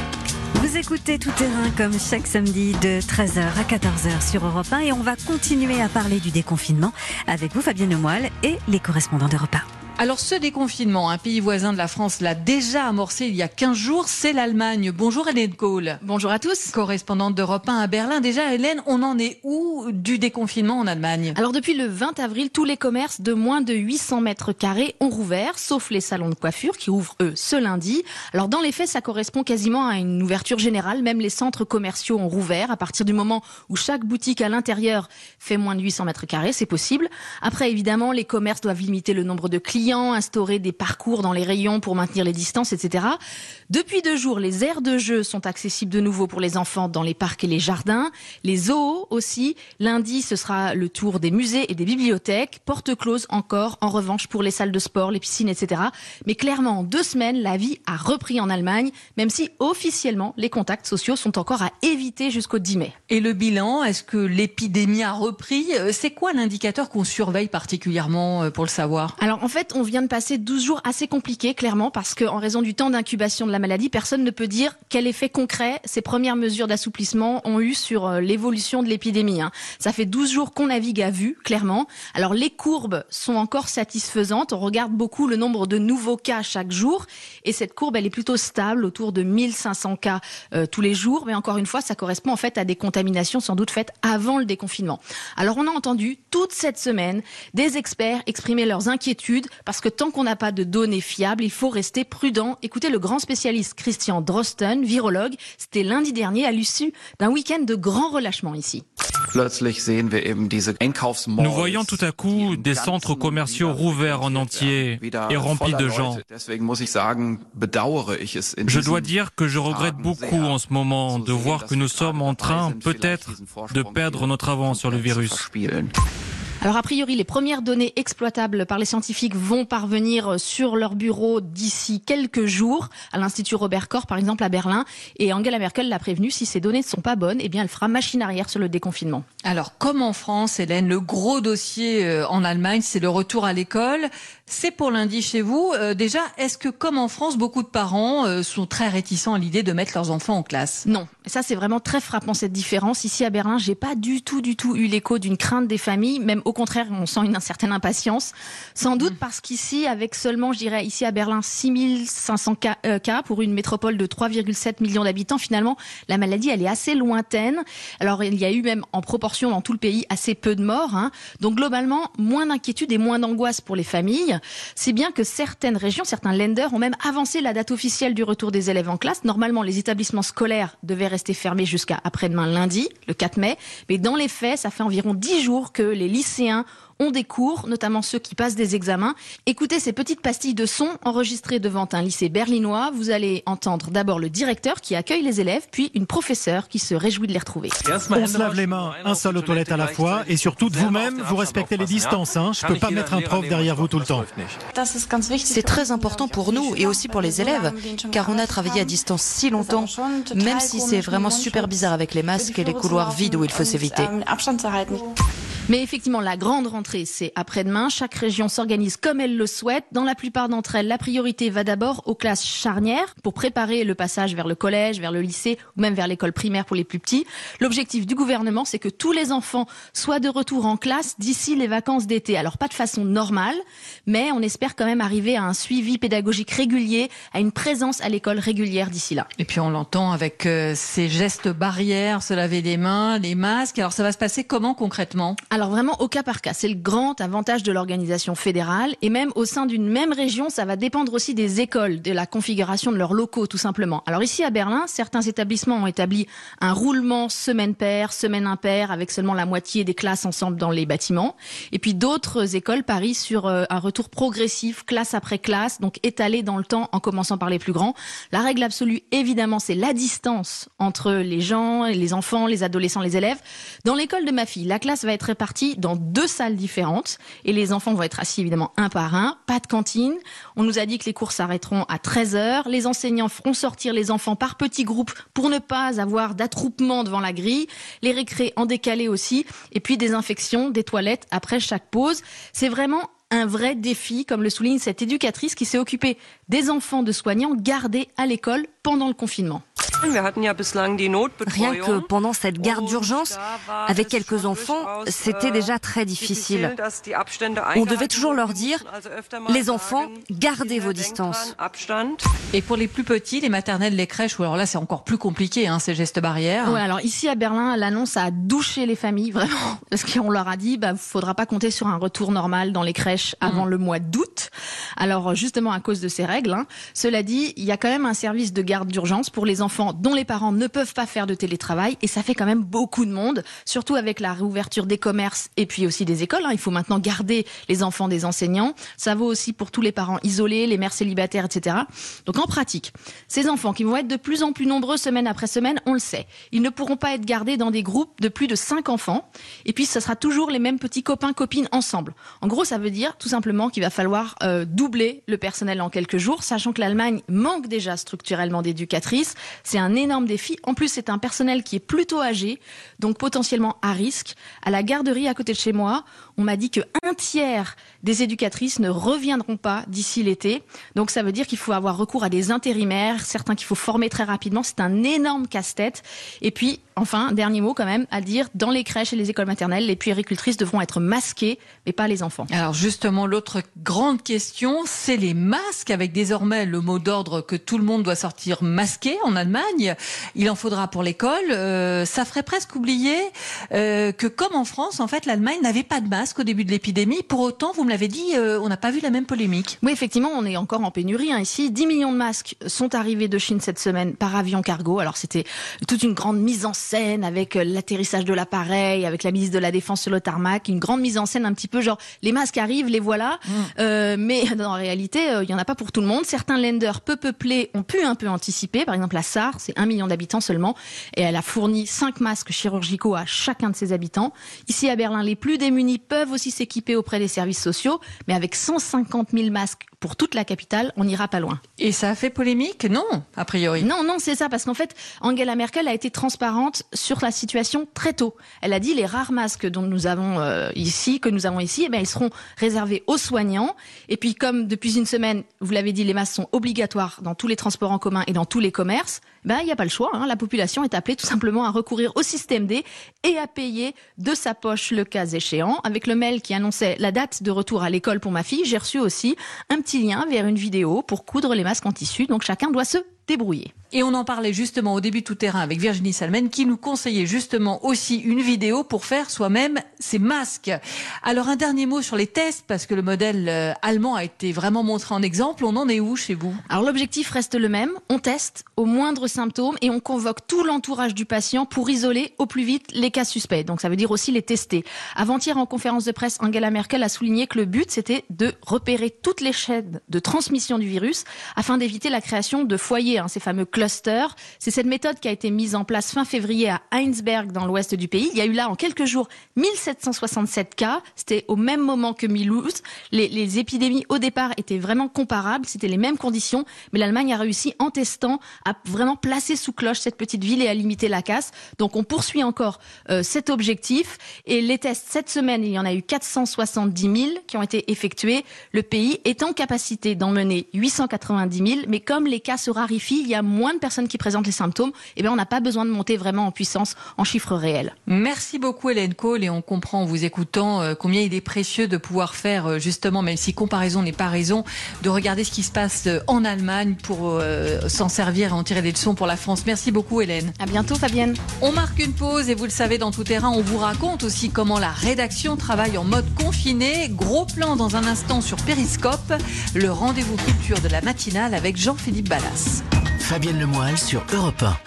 Vous écoutez Tout Terrain comme chaque samedi de 13h à 14h sur Europe 1 et on va continuer à parler du déconfinement avec vous Fabienne Lemoyle et les correspondants d'Europe 1. Alors ce déconfinement, un pays voisin de la France l'a déjà amorcé il y a 15 jours, c'est l'Allemagne. Bonjour Hélène Kohl. Bonjour à tous. Correspondante d'Europe 1 à Berlin. Déjà Hélène, on en est où du déconfinement en Allemagne? Alors depuis le 20 avril, tous les commerces de moins de 800 mètres carrés ont rouvert, sauf les salons de coiffure qui ouvrent eux ce lundi. Alors dans les faits, ça correspond quasiment à une ouverture générale. Même les centres commerciaux ont rouvert à partir du moment où chaque boutique à l'intérieur fait moins de 800 mètres carrés, c'est possible. Après évidemment, les commerces doivent limiter le nombre de clients, instaurer des parcours dans les rayons pour maintenir les distances, etc. Depuis 2 jours, les aires de jeu sont accessibles de nouveau pour les enfants dans les parcs et les jardins. Les zoos aussi. Lundi, ce sera le tour des musées et des bibliothèques. Porte close encore, en revanche, pour les salles de sport, les piscines, etc. Mais clairement, en 2 semaines, la vie a repris en Allemagne, même si officiellement, les contacts sociaux sont encore à éviter jusqu'au 10 mai. Et le bilan, est-ce que l'épidémie a repris? C'est quoi l'indicateur qu'on surveille particulièrement pour le savoir? Alors en fait, on vient de passer 12 jours assez compliqués, clairement, parce qu'en raison du temps d'incubation de la maladie, personne ne peut dire quel effet concret ces premières mesures d'assouplissement ont eu sur l'évolution de l'épidémie. Ça fait 12 jours qu'on navigue à vue, clairement. Alors les courbes sont encore satisfaisantes. On regarde beaucoup le nombre de nouveaux cas chaque jour. Et cette courbe, elle est plutôt stable, autour de 1500 cas tous les jours. Mais encore une fois, ça correspond en fait à des contaminations sans doute faites avant le déconfinement. Alors on a entendu toute cette semaine des experts exprimer leurs inquiétudes parce que tant qu'on n'a pas de données fiables, il faut rester prudent. Écoutez le grand spécialiste Christian Drosten, virologue. C'était lundi dernier à l'issue d'un week-end de grand relâchement ici. Nous voyons tout à coup des centres commerciaux rouverts en entier et remplis de gens. Je dois dire que je regrette beaucoup en ce moment de voir que nous sommes en train peut-être de perdre notre avance sur le virus. Alors a priori, les premières données exploitables par les scientifiques vont parvenir sur leur bureau d'ici quelques jours, à l'Institut Robert Koch par exemple à Berlin. Et Angela Merkel l'a prévenu, si ces données ne sont pas bonnes, eh bien elle fera machine arrière sur le déconfinement. Alors comme en France, Hélène, le gros dossier en Allemagne, c'est le retour à l'école. C'est pour lundi chez vous. Déjà, est-ce que comme en France, beaucoup de parents sont très réticents à l'idée de mettre leurs enfants en classe? Non, et ça c'est vraiment très frappant cette différence. Ici à Berlin, j'ai pas du tout eu l'écho d'une crainte des familles, même au contraire, on sent une certaine impatience. Sans doute parce qu'ici, avec seulement, je dirais, ici à Berlin, 6500 cas pour une métropole de 3,7 millions d'habitants, finalement, la maladie, elle est assez lointaine. Alors, il y a eu même, en proportion dans tout le pays, assez peu de morts. Donc, globalement, moins d'inquiétude et moins d'angoisse pour les familles. C'est bien que certaines régions, certains Länder ont même avancé la date officielle du retour des élèves en classe. Normalement, les établissements scolaires devaient rester fermés jusqu'à après-demain lundi, le 4 mai. Mais dans les faits, ça fait environ 10 jours que les lycéens ont des cours, notamment ceux qui passent des examens. Écoutez ces petites pastilles de son enregistrées devant un lycée berlinois. Vous allez entendre d'abord le directeur qui accueille les élèves, puis une professeure qui se réjouit de les retrouver. On se lave les mains, un seul aux toilettes à la fois, et surtout de vous-même, vous respectez les distances. Je ne peux pas mettre un prof derrière vous tout le temps. C'est très important pour nous et aussi pour les élèves, car on a travaillé à distance si longtemps, même si c'est vraiment super bizarre avec les masques et les couloirs vides où il faut s'éviter. Mais effectivement, la grande rentrée, c'est après-demain. Chaque région s'organise comme elle le souhaite. Dans la plupart d'entre elles, la priorité va d'abord aux classes charnières pour préparer le passage vers le collège, vers le lycée ou même vers l'école primaire pour les plus petits. L'objectif du gouvernement, c'est que tous les enfants soient de retour en classe d'ici les vacances d'été. Alors pas de façon normale, mais on espère quand même arriver à un suivi pédagogique régulier, à une présence à l'école régulière d'ici là. Et puis on l'entend avec ces gestes barrières, se laver les mains, les masques. Alors ça va se passer comment concrètement ? Alors vraiment au cas par cas, c'est le grand avantage de l'organisation fédérale et même au sein d'une même région, ça va dépendre aussi des écoles, de la configuration de leurs locaux tout simplement. Alors ici à Berlin, certains établissements ont établi un roulement semaine paire, semaine impaire avec seulement la moitié des classes ensemble dans les bâtiments. Et puis d'autres écoles parient sur un retour progressif, classe après classe, donc étalé dans le temps en commençant par les plus grands. La règle absolue évidemment, c'est la distance entre les gens, les enfants, les adolescents, les élèves. Dans l'école de ma fille, la classe va être répartie dans 2 salles différentes et les enfants vont être assis évidemment un par un, pas de cantine. On nous a dit que les cours s'arrêteront à 13h. Les enseignants feront sortir les enfants par petits groupes pour ne pas avoir d'attroupement devant la grille. Les récrés en décalé aussi. Et puis désinfection des toilettes après chaque pause. C'est vraiment un vrai défi, comme le souligne cette éducatrice qui s'est occupée des enfants de soignants gardés à l'école pendant le confinement. Rien que pendant cette garde d'urgence, avec quelques enfants, c'était déjà très difficile. On devait toujours leur dire, les enfants, gardez vos distances. Et pour les plus petits, les maternelles, les crèches, alors là c'est encore plus compliqué, ces gestes barrières. Ouais, alors ici à Berlin, l'annonce a douché les familles, vraiment, parce qu'on leur a dit, faudra pas compter sur un retour normal dans les crèches avant le mois d'août. Alors justement à cause de ces règles, cela dit, il y a quand même un service de garde d'urgence pour les enfants dont les parents ne peuvent pas faire de télétravail et ça fait quand même beaucoup de monde, surtout avec la réouverture des commerces et puis aussi des écoles. Il faut maintenant garder les enfants des enseignants. Ça vaut aussi pour tous les parents isolés, les mères célibataires, etc. Donc en pratique, ces enfants qui vont être de plus en plus nombreux semaine après semaine, on le sait, ils ne pourront pas être gardés dans des groupes de plus de 5 enfants et puis ce sera toujours les mêmes petits copains, copines ensemble. En gros, ça veut dire tout simplement qu'il va falloir doubler le personnel en quelques jours, sachant que l'Allemagne manque déjà structurellement d'éducatrices. C'est un énorme défi. En plus, c'est un personnel qui est plutôt âgé, donc potentiellement à risque. À la garderie à côté de chez moi, on m'a dit que 1/3 des éducatrices ne reviendront pas d'ici l'été. Donc ça veut dire qu'il faut avoir recours à des intérimaires, certains qu'il faut former très rapidement. C'est un énorme casse-tête. Et puis, enfin, dernier mot quand même à dire, dans les crèches et les écoles maternelles, les puéricultrices devront être masquées, mais pas les enfants. Alors justement, l'autre grande question, c'est les masques, avec désormais le mot d'ordre que tout le monde doit sortir masqué en Allemagne. Il en faudra pour l'école. Ça ferait presque oublier que comme en France, en fait, l'Allemagne n'avait pas de masque au début de l'épidémie. Pour autant, vous me l'avez dit, on n'a pas vu la même polémique. Oui, effectivement, on est encore en pénurie ici. 10 millions de masques sont arrivés de Chine cette semaine par avion cargo. Alors c'était toute une grande mise en scène avec l'atterrissage de l'appareil, avec la ministre de la Défense sur le tarmac, une grande mise en scène un petit peu genre les masques arrivent, les voilà. Mais en réalité, il y en a pas pour tout le monde. Certains lenders peu peuplés ont pu un peu anticiper. Par exemple, la Sarre, c'est 1 million d'habitants seulement, et elle a fourni 5 masques chirurgicaux à chacun de ses habitants. Ici à Berlin, les plus démunis peuvent aussi s'équiper auprès des services sociaux, mais avec 150 000 masques pour toute la capitale, on n'ira pas loin. Et ça a fait polémique? Non, a priori. Non, c'est ça, parce qu'en fait, Angela Merkel a été transparente sur la situation très tôt. Elle a dit les rares masques dont nous avons ici, ils seront réservés aux soignants. Et puis, comme depuis une semaine, vous l'avez dit, les masques sont obligatoires dans tous les transports en commun et dans tous les commerces, il n'y a pas le choix. La population est appelée tout simplement à recourir au système D et à payer de sa poche le cas échéant. Avec le mail qui annonçait la date de retour à l'école pour ma fille, j'ai reçu aussi un petit lien vers une vidéo pour coudre les masques en tissu. Donc chacun doit se débrouiller. Et on en parlait justement au début de Tout Terrain avec Virginie Salmen qui nous conseillait justement aussi une vidéo pour faire soi-même ses masques. Alors un dernier mot sur les tests parce que le modèle allemand a été vraiment montré en exemple. On en est où chez vous? Alors l'objectif reste le même. On teste au moindre symptôme et on convoque tout l'entourage du patient pour isoler au plus vite les cas suspects. Donc ça veut dire aussi les tester. Avant-hier en conférence de presse, Angela Merkel a souligné que le but c'était de repérer toutes les chaînes de transmission du virus afin d'éviter la création de foyers quartiers, ces fameux clusters. C'est cette méthode qui a été mise en place fin février à Heinsberg, dans l'ouest du pays. Il y a eu là, en quelques jours, 1767 cas. C'était au même moment que Mulhouse. Les épidémies, au départ, étaient vraiment comparables. C'était les mêmes conditions. Mais l'Allemagne a réussi, en testant, à vraiment placer sous cloche cette petite ville et à limiter la casse. Donc, on poursuit encore cet objectif. Et les tests, cette semaine, il y en a eu 470 000 qui ont été effectués. Le pays est en capacité d'emmener 890 000, mais comme les cas se raréfient, il y a moins de personnes qui présentent les symptômes, on n'a pas besoin de monter vraiment en puissance en chiffres réels. Merci beaucoup Hélène Cole, et on comprend en vous écoutant combien il est précieux de pouvoir faire justement, même si comparaison n'est pas raison, de regarder ce qui se passe en Allemagne pour s'en servir et en tirer des leçons pour la France. Merci beaucoup Hélène. À bientôt Fabienne. On marque une pause et vous le savez, dans Tout Terrain, on vous raconte aussi comment la rédaction travaille en mode confiné. Gros plan dans un instant sur Périscope, le rendez-vous culture de la matinale avec Jean-Philippe Ballas. Fabienne Lemoyle sur Europe 1.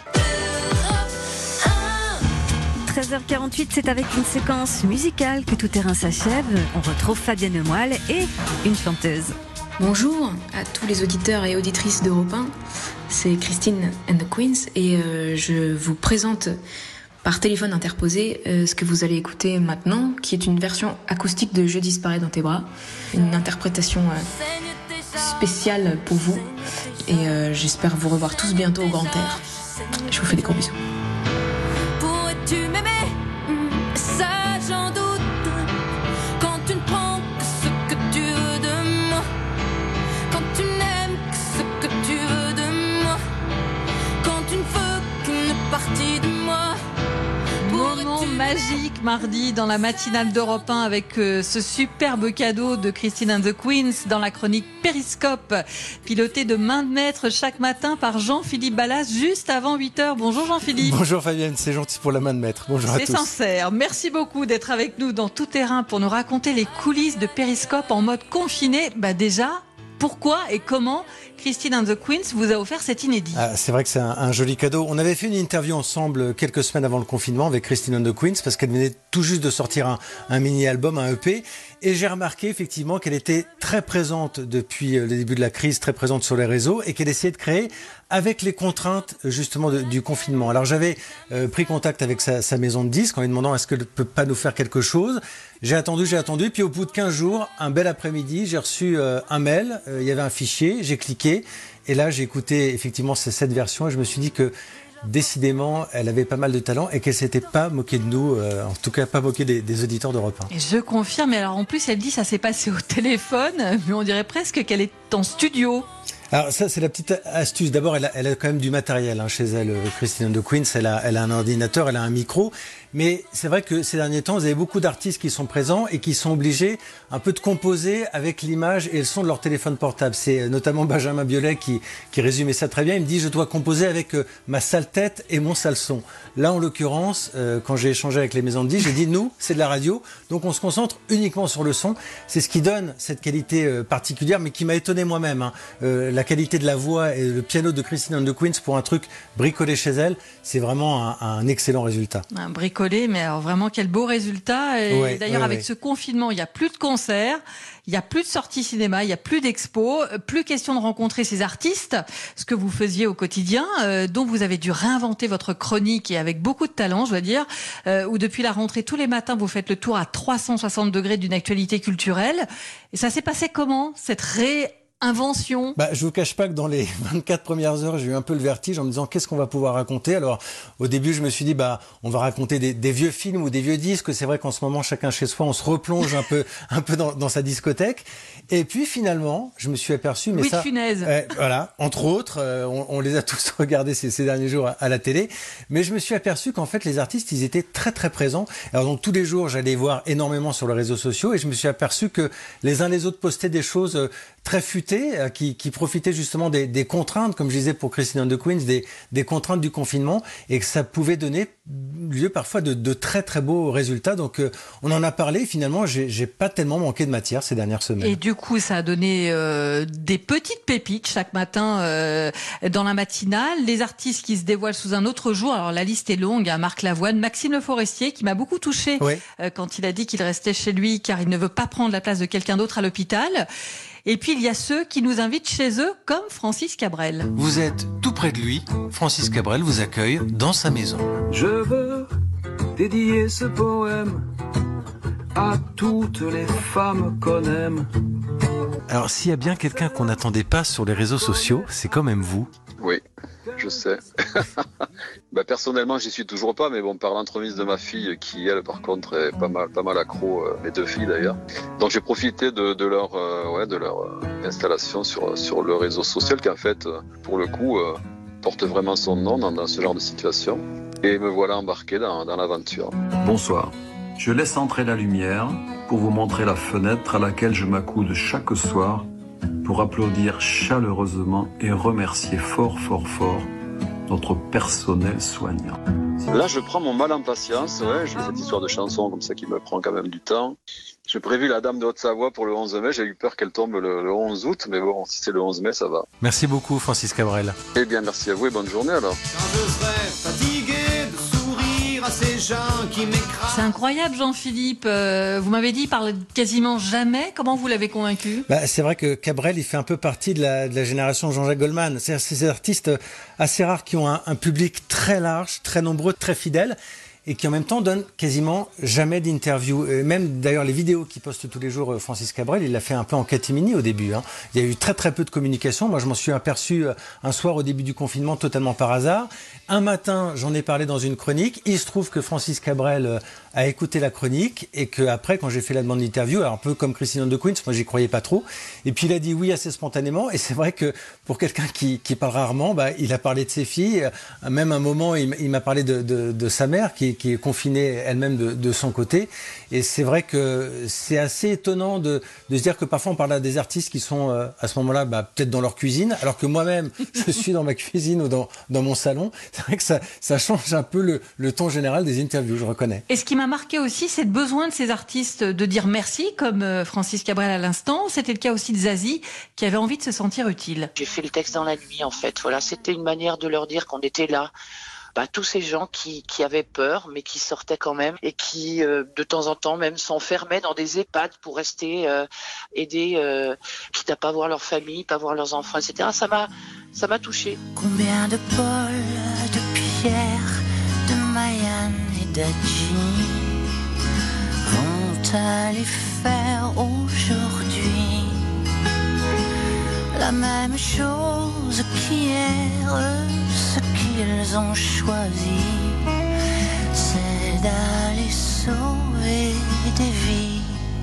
13h48, c'est avec une séquence musicale que Tout Terrain s'achève. On retrouve Fabienne Lemoyle et une chanteuse. Bonjour à tous les auditeurs et auditrices d'Europe 1. C'est Christine and the Queens et je vous présente par téléphone interposé ce que vous allez écouter maintenant, qui est une version acoustique de Je disparais dans tes bras, une interprétation spéciale pour vous, et j'espère vous revoir tous bientôt au grand air. Je vous fais des gros bisous. Pourrais-tu m'aimer? Ça j'en doute. Quand tu ne prends que ce que tu veux de moi, quand tu n'aimes que ce que tu veux de moi, quand tu ne veux qu'une partie de moi. Moment magique mardi dans la matinale d'Europe 1 avec ce superbe cadeau de Christine and the Queens dans la chronique Périscope, pilotée de main de maître chaque matin par Jean-Philippe Ballas juste avant 8h. Bonjour Jean-Philippe. Bonjour Fabienne, c'est gentil pour la main de maître. Bonjour à tous. C'est sincère. Merci beaucoup d'être avec nous dans Tout Terrain pour nous raconter les coulisses de Périscope en mode confiné. Déjà, pourquoi et comment Christine and the Queens vous a offert cet inédit? C'est vrai que c'est un joli cadeau. On avait fait une interview ensemble quelques semaines avant le confinement avec Christine and the Queens parce qu'elle venait tout juste de sortir un mini-album, un EP. Et j'ai remarqué effectivement qu'elle était très présente depuis le début de la crise, très présente sur les réseaux et qu'elle essayait de créer avec les contraintes justement du confinement. Alors j'avais pris contact avec sa maison de disques en lui demandant est-ce qu'elle ne peut pas nous faire quelque chose. J'ai attendu, puis au bout de 15 jours, un bel après-midi, j'ai reçu un mail, il y avait un fichier, j'ai cliqué et là j'ai écouté effectivement cette version et je me suis dit que décidément, elle avait pas mal de talent et qu'elle s'était pas moquée de nous, en tout cas pas moquée des auditeurs d'Europe 1. Et je confirme, et alors en plus elle dit ça s'est passé au téléphone, mais on dirait presque qu'elle est en studio. Alors ça c'est la petite astuce. D'abord elle a quand même du matériel chez elle, Christine and the Queens. Elle a un ordinateur, elle a un micro. Mais c'est vrai que ces derniers temps, vous avez beaucoup d'artistes qui sont présents et qui sont obligés un peu de composer avec l'image et le son de leur téléphone portable. C'est notamment Benjamin Biolay qui résumait ça très bien. Il me dit, je dois composer avec ma sale tête et mon sale son. Là, en l'occurrence, quand j'ai échangé avec les maisons de disques, j'ai dit, nous, c'est de la radio, donc on se concentre uniquement sur le son. C'est ce qui donne cette qualité particulière, mais qui m'a étonné moi-même. La qualité de la voix et le piano de Christine and the Queens pour un truc bricolé chez elle, c'est vraiment un excellent résultat. Un bricolé, mais alors vraiment quel beau résultat. Et d'ailleurs, avec ce confinement, il n'y a plus de concerts, il n'y a plus de sorties cinéma, il n'y a plus d'expos, plus question de rencontrer ces artistes, ce que vous faisiez au quotidien, dont vous avez dû réinventer votre chronique et avec beaucoup de talent, je dois dire, où depuis la rentrée, tous les matins, vous faites le tour à 360 degrés d'une actualité culturelle. Et ça s'est passé comment, cette invention? Je vous cache pas que dans les 24 premières heures, j'ai eu un peu le vertige en me disant qu'est-ce qu'on va pouvoir raconter. Alors au début, je me suis dit on va raconter des vieux films ou des vieux disques. C'est vrai qu'en ce moment, chacun chez soi, on se replonge un peu dans sa discothèque. Et puis finalement, je me suis aperçu, mais Louis de Funès. Voilà, entre autres, on les a tous regardés ces derniers jours à la télé. Mais je me suis aperçu qu'en fait, les artistes, ils étaient très très présents. Alors donc tous les jours, j'allais voir énormément sur les réseaux sociaux et je me suis aperçu que les uns les autres postaient des choses très futées qui profitaient justement des contraintes, comme je disais pour Christine and the Queens, des contraintes du confinement et que ça pouvait donner lieu parfois de très très beaux résultats. Donc on en a parlé. Finalement, j'ai pas tellement manqué de matière ces dernières semaines. Et du coup, ça a donné des petites pépites chaque matin dans la matinale. Les artistes qui se dévoilent sous un autre jour. Alors la liste est longue. Marc Lavoine, Maxime Le Forestier, qui m'a beaucoup touchée quand il a dit qu'il restait chez lui car il ne veut pas prendre la place de quelqu'un d'autre à l'hôpital. Et puis il y a ceux qui nous invitent chez eux, comme Francis Cabrel. Vous êtes tout près de lui. Francis Cabrel vous accueille dans sa maison. Je veux dédier ce poème à toutes les femmes qu'on aime. Alors s'il y a bien quelqu'un qu'on n'attendait pas sur les réseaux sociaux, c'est quand même vous. Oui, je sais. Personnellement, j'y suis toujours pas, mais bon, par l'entremise de ma fille, qui elle, par contre, est pas mal accro, mes 2 filles d'ailleurs. Donc j'ai profité de leur installation sur le réseau social, qui en fait, pour le coup, porte vraiment son nom dans ce genre de situation. Et me voilà embarqué dans l'aventure. Bonsoir. Je laisse entrer la lumière pour vous montrer la fenêtre à laquelle je m'accoude chaque soir pour applaudir chaleureusement et remercier fort notre personnel soignant. Là, je prends mon mal en patience. Je fais cette histoire de chanson comme ça qui me prend quand même du temps. J'ai prévu la Dame de Haute-Savoie pour le 11 mai. J'ai eu peur qu'elle tombe le 11 août, mais bon, si c'est le 11 mai, ça va. Merci beaucoup, Francis Cabrel. Eh bien, merci à vous et bonne journée alors. Quand je serai fatigué de sourire à ces gens qui m'écrasent. C'est incroyable, Jean-Philippe. Vous m'avez dit, il parle quasiment jamais. Comment vous l'avez convaincu ? C'est vrai que Cabrel, il fait un peu partie de la génération Jean-Jacques Goldman. C'est ces artistes assez rares qui ont un public très large, très nombreux, très fidèle, et qui en même temps donnent quasiment jamais d'interview. Même d'ailleurs les vidéos qu'il poste tous les jours, Francis Cabrel, il l'a fait un peu en catimini au début. Il y a eu très peu de communication. Moi je m'en suis aperçu un soir au début du confinement totalement par hasard. Un matin j'en ai parlé dans une chronique. Il se trouve que Francis Cabrel a écouté la chronique et qu'après quand j'ai fait la demande d'interview, alors un peu comme Christine and the Queens, moi j'y croyais pas trop. Et puis il a dit oui assez spontanément. Et c'est vrai que pour quelqu'un qui parle rarement, il a parlé de ses filles. Même un moment il m'a parlé de sa mère qui est confinée elle-même de son côté. Et c'est vrai que c'est assez étonnant de se dire que parfois on parle à des artistes qui sont à ce moment-là peut-être dans leur cuisine, alors que moi-même je suis dans ma cuisine ou dans mon salon. C'est vrai que ça change un peu le ton général des interviews, je reconnais. Et ce qui m'a marqué aussi, c'est le besoin de ces artistes de dire merci, comme Francis Cabrel à l'instant. C'était le cas aussi de Zazie, qui avait envie de se sentir utile. J'ai fait le texte dans la nuit, en fait. Voilà, c'était une manière de leur dire qu'on était là. Tous ces gens qui avaient peur, mais qui sortaient quand même et qui, de temps en temps, même s'enfermaient dans des EHPAD pour rester aider, quitte à pas voir leur famille, pas voir leurs enfants, etc. Ça m'a touchée. Combien de Paul, de Pierre, de Mayan et d'Adji vont aller faire aujourd'hui la même chose qu'hier? Ce qu'ils ont choisi, c'est d'aller sauver des vies.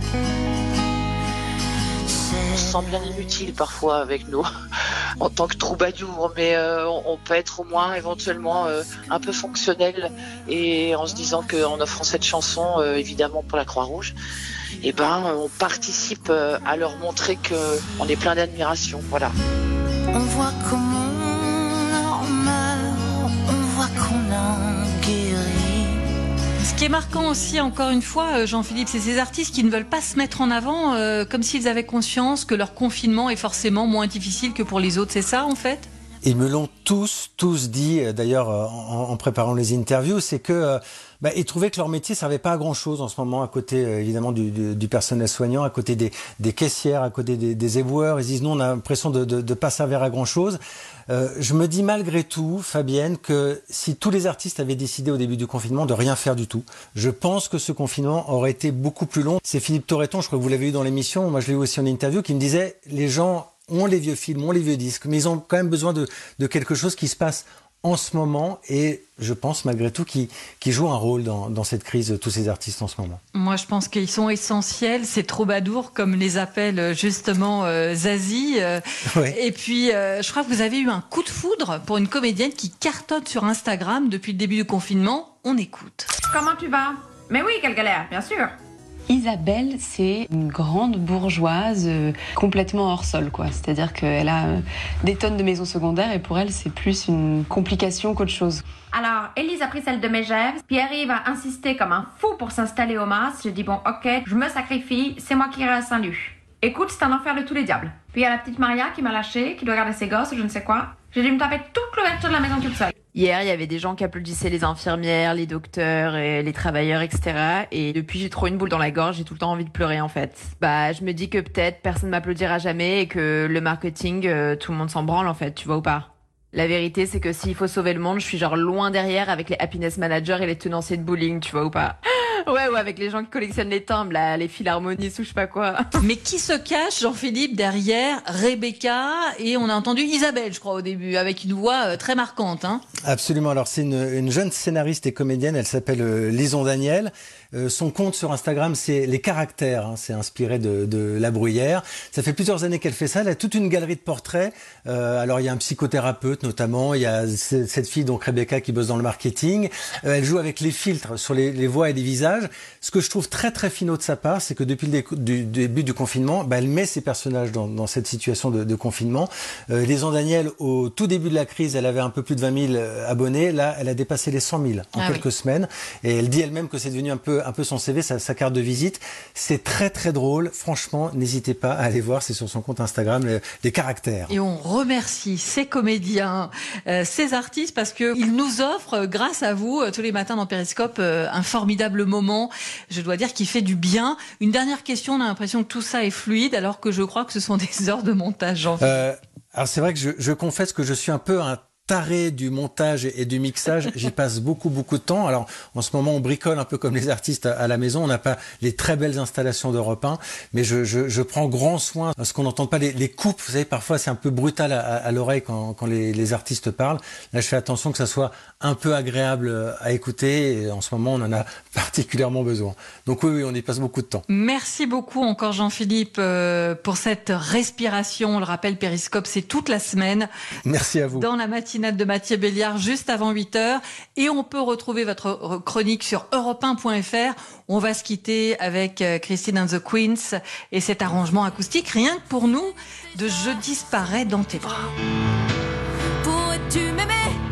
On se sent bien inutile parfois avec nous, en tant que troubadour, mais on peut être au moins éventuellement un peu fonctionnel, et en se disant qu'en offrant cette chanson, évidemment pour la Croix-Rouge, on participe à leur montrer qu'on est plein d'admiration. Voilà. On voit comment on meurt, on voit qu'on en guérit. Ce qui est marquant aussi, encore une fois, Jean-Philippe, c'est ces artistes qui ne veulent pas se mettre en avant comme s'ils avaient conscience que leur confinement est forcément moins difficile que pour les autres. C'est ça, en fait ? Ils me l'ont tous dit, d'ailleurs, en préparant les interviews, c'est que ils trouvaient que leur métier ne servait pas à grand-chose en ce moment, à côté évidemment du personnel soignant, à côté des caissières, à côté des éboueurs. Ils disent non, on a l'impression de pas servir à grand-chose. Je me dis malgré tout, Fabienne, que si tous les artistes avaient décidé au début du confinement de rien faire du tout, je pense que ce confinement aurait été beaucoup plus long. C'est Philippe Torreton, je crois que vous l'avez eu dans l'émission, moi je l'ai eu aussi en interview, qui me disait les gens ont les vieux films, ont les vieux disques, mais ils ont quand même besoin de quelque chose qui se passe en ce moment, et je pense malgré tout qu'ils jouent un rôle dans cette crise, tous ces artistes en ce moment. Moi je pense qu'ils sont essentiels, ces troubadours comme les appelle justement Zazie. Ouais. Et puis je crois que vous avez eu un coup de foudre pour une comédienne qui cartonne sur Instagram depuis le début du confinement. On écoute. Comment tu vas? Mais oui, quelle galère, bien sûr. Isabelle, c'est une grande bourgeoise complètement hors sol, quoi. C'est-à-dire qu'elle a des tonnes de maisons secondaires et pour elle, c'est plus une complication qu'autre chose. Alors, Élise a pris celle de Megève, Pierre-Yves a insisté comme un fou pour s'installer au Mas. J'ai dit bon, ok, je me sacrifie, c'est moi qui irai à Saint-Luc. Écoute, c'est un enfer de tous les diables. Puis il y a la petite Maria qui m'a lâché, qui doit garder ses gosses, je ne sais quoi. J'ai dû me taper toute l'ouverture de la maison toute seule. Hier, il y avait des gens qui applaudissaient les infirmières, les docteurs, et les travailleurs, etc. Et depuis, j'ai trop une boule dans la gorge, j'ai tout le temps envie de pleurer en fait. Je me dis que peut-être personne m'applaudira jamais et que le marketing, tout le monde s'en branle en fait, tu vois ou pas? La vérité, c'est que s'il faut sauver le monde, je suis genre loin derrière avec les happiness managers et les tenanciers de bowling, tu vois ou pas? Ouais, avec les gens qui collectionnent les timbres, là, les philharmonistes ou je sais pas quoi. Mais qui se cache, Jean-Philippe, derrière Rebecca? Et on a entendu Isabelle, je crois, au début, avec une voix très marquante. Hein. Absolument. Alors, c'est une jeune scénariste et comédienne. Elle s'appelle Lison Daniel. Son compte sur Instagram, c'est Les Caractères. C'est inspiré de La Bruyère. Ça fait plusieurs années qu'elle fait ça. Elle a toute une galerie de portraits. Alors, il y a un psychothérapeute, notamment. Il y a cette fille, donc Rebecca, qui bosse dans le marketing. Elle joue avec les filtres sur les voix et les visages. Ce que je trouve très très finot de sa part, c'est que depuis le début du confinement, elle met ses personnages dans cette situation de confinement. Lison Daniel, au tout début de la crise, elle avait un peu plus de 20 000 abonnés. Là, elle a dépassé les 100 000 en quelques semaines. Et elle dit elle-même que c'est devenu un peu son CV, sa carte de visite. C'est très très drôle. Franchement, n'hésitez pas à aller voir. C'est sur son compte Instagram, Les Caractères. Et on remercie ces comédiens, ces artistes, parce qu'ils nous offrent, grâce à vous, tous les matins dans Périscope, un formidable moment. Je dois dire qu'il fait du bien. Une dernière question, on a l'impression que tout ça est fluide, alors que je crois que ce sont des heures de montage, Jean-Philippe. Alors c'est vrai que je confesse que je suis un peu un taré du montage et du mixage. J'y passe beaucoup de temps. Alors en ce moment on bricole un peu comme les artistes à la maison. On n'a pas les très belles installations d'Europe 1, mais je prends grand soin à ce qu'on n'entende pas les coupes. Vous savez, parfois c'est un peu brutal à l'oreille quand les artistes parlent. Là je fais attention que ça soit un peu agréable à écouter, et en ce moment on en a particulièrement besoin. Donc oui, on y passe beaucoup de temps. Merci beaucoup encore Jean-Philippe pour cette respiration. On le rappelle, Périscope, c'est toute la semaine. Merci à vous. Dans la matinale de Mathieu Béliard, juste avant 8h. Et on peut retrouver votre chronique sur europe1.fr. On va se quitter avec Christine and the Queens et cet arrangement acoustique, rien que pour nous, de Je disparais dans tes bras. Pourrais-tu m'aimer?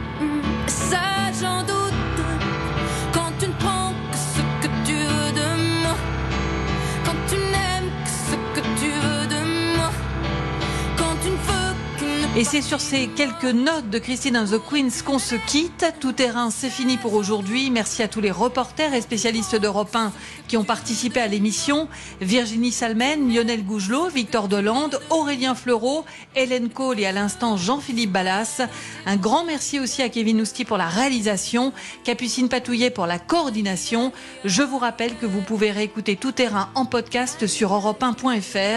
Ça j'en doute. Quand tu ne prends que ce que tu veux de moi, quand tu n'aimes que ce que tu veux de moi, quand tu ne veux qu'une... Et c'est sur ces quelques notes de Christine and the Queens qu'on se quitte. Tout terrain, c'est fini pour aujourd'hui. Merci à tous les reporters et spécialistes d'Europe 1 qui ont participé à l'émission. Virginie Salmen, Lionel Gougelot, Victor Delande, Aurélien Fleureau, Hélène Cole et à l'instant Jean-Philippe Ballas. Un grand merci aussi à Kevin Ousti pour la réalisation, Capucine Patouillet pour la coordination. Je vous rappelle que vous pouvez réécouter Tout terrain en podcast sur europe1.fr.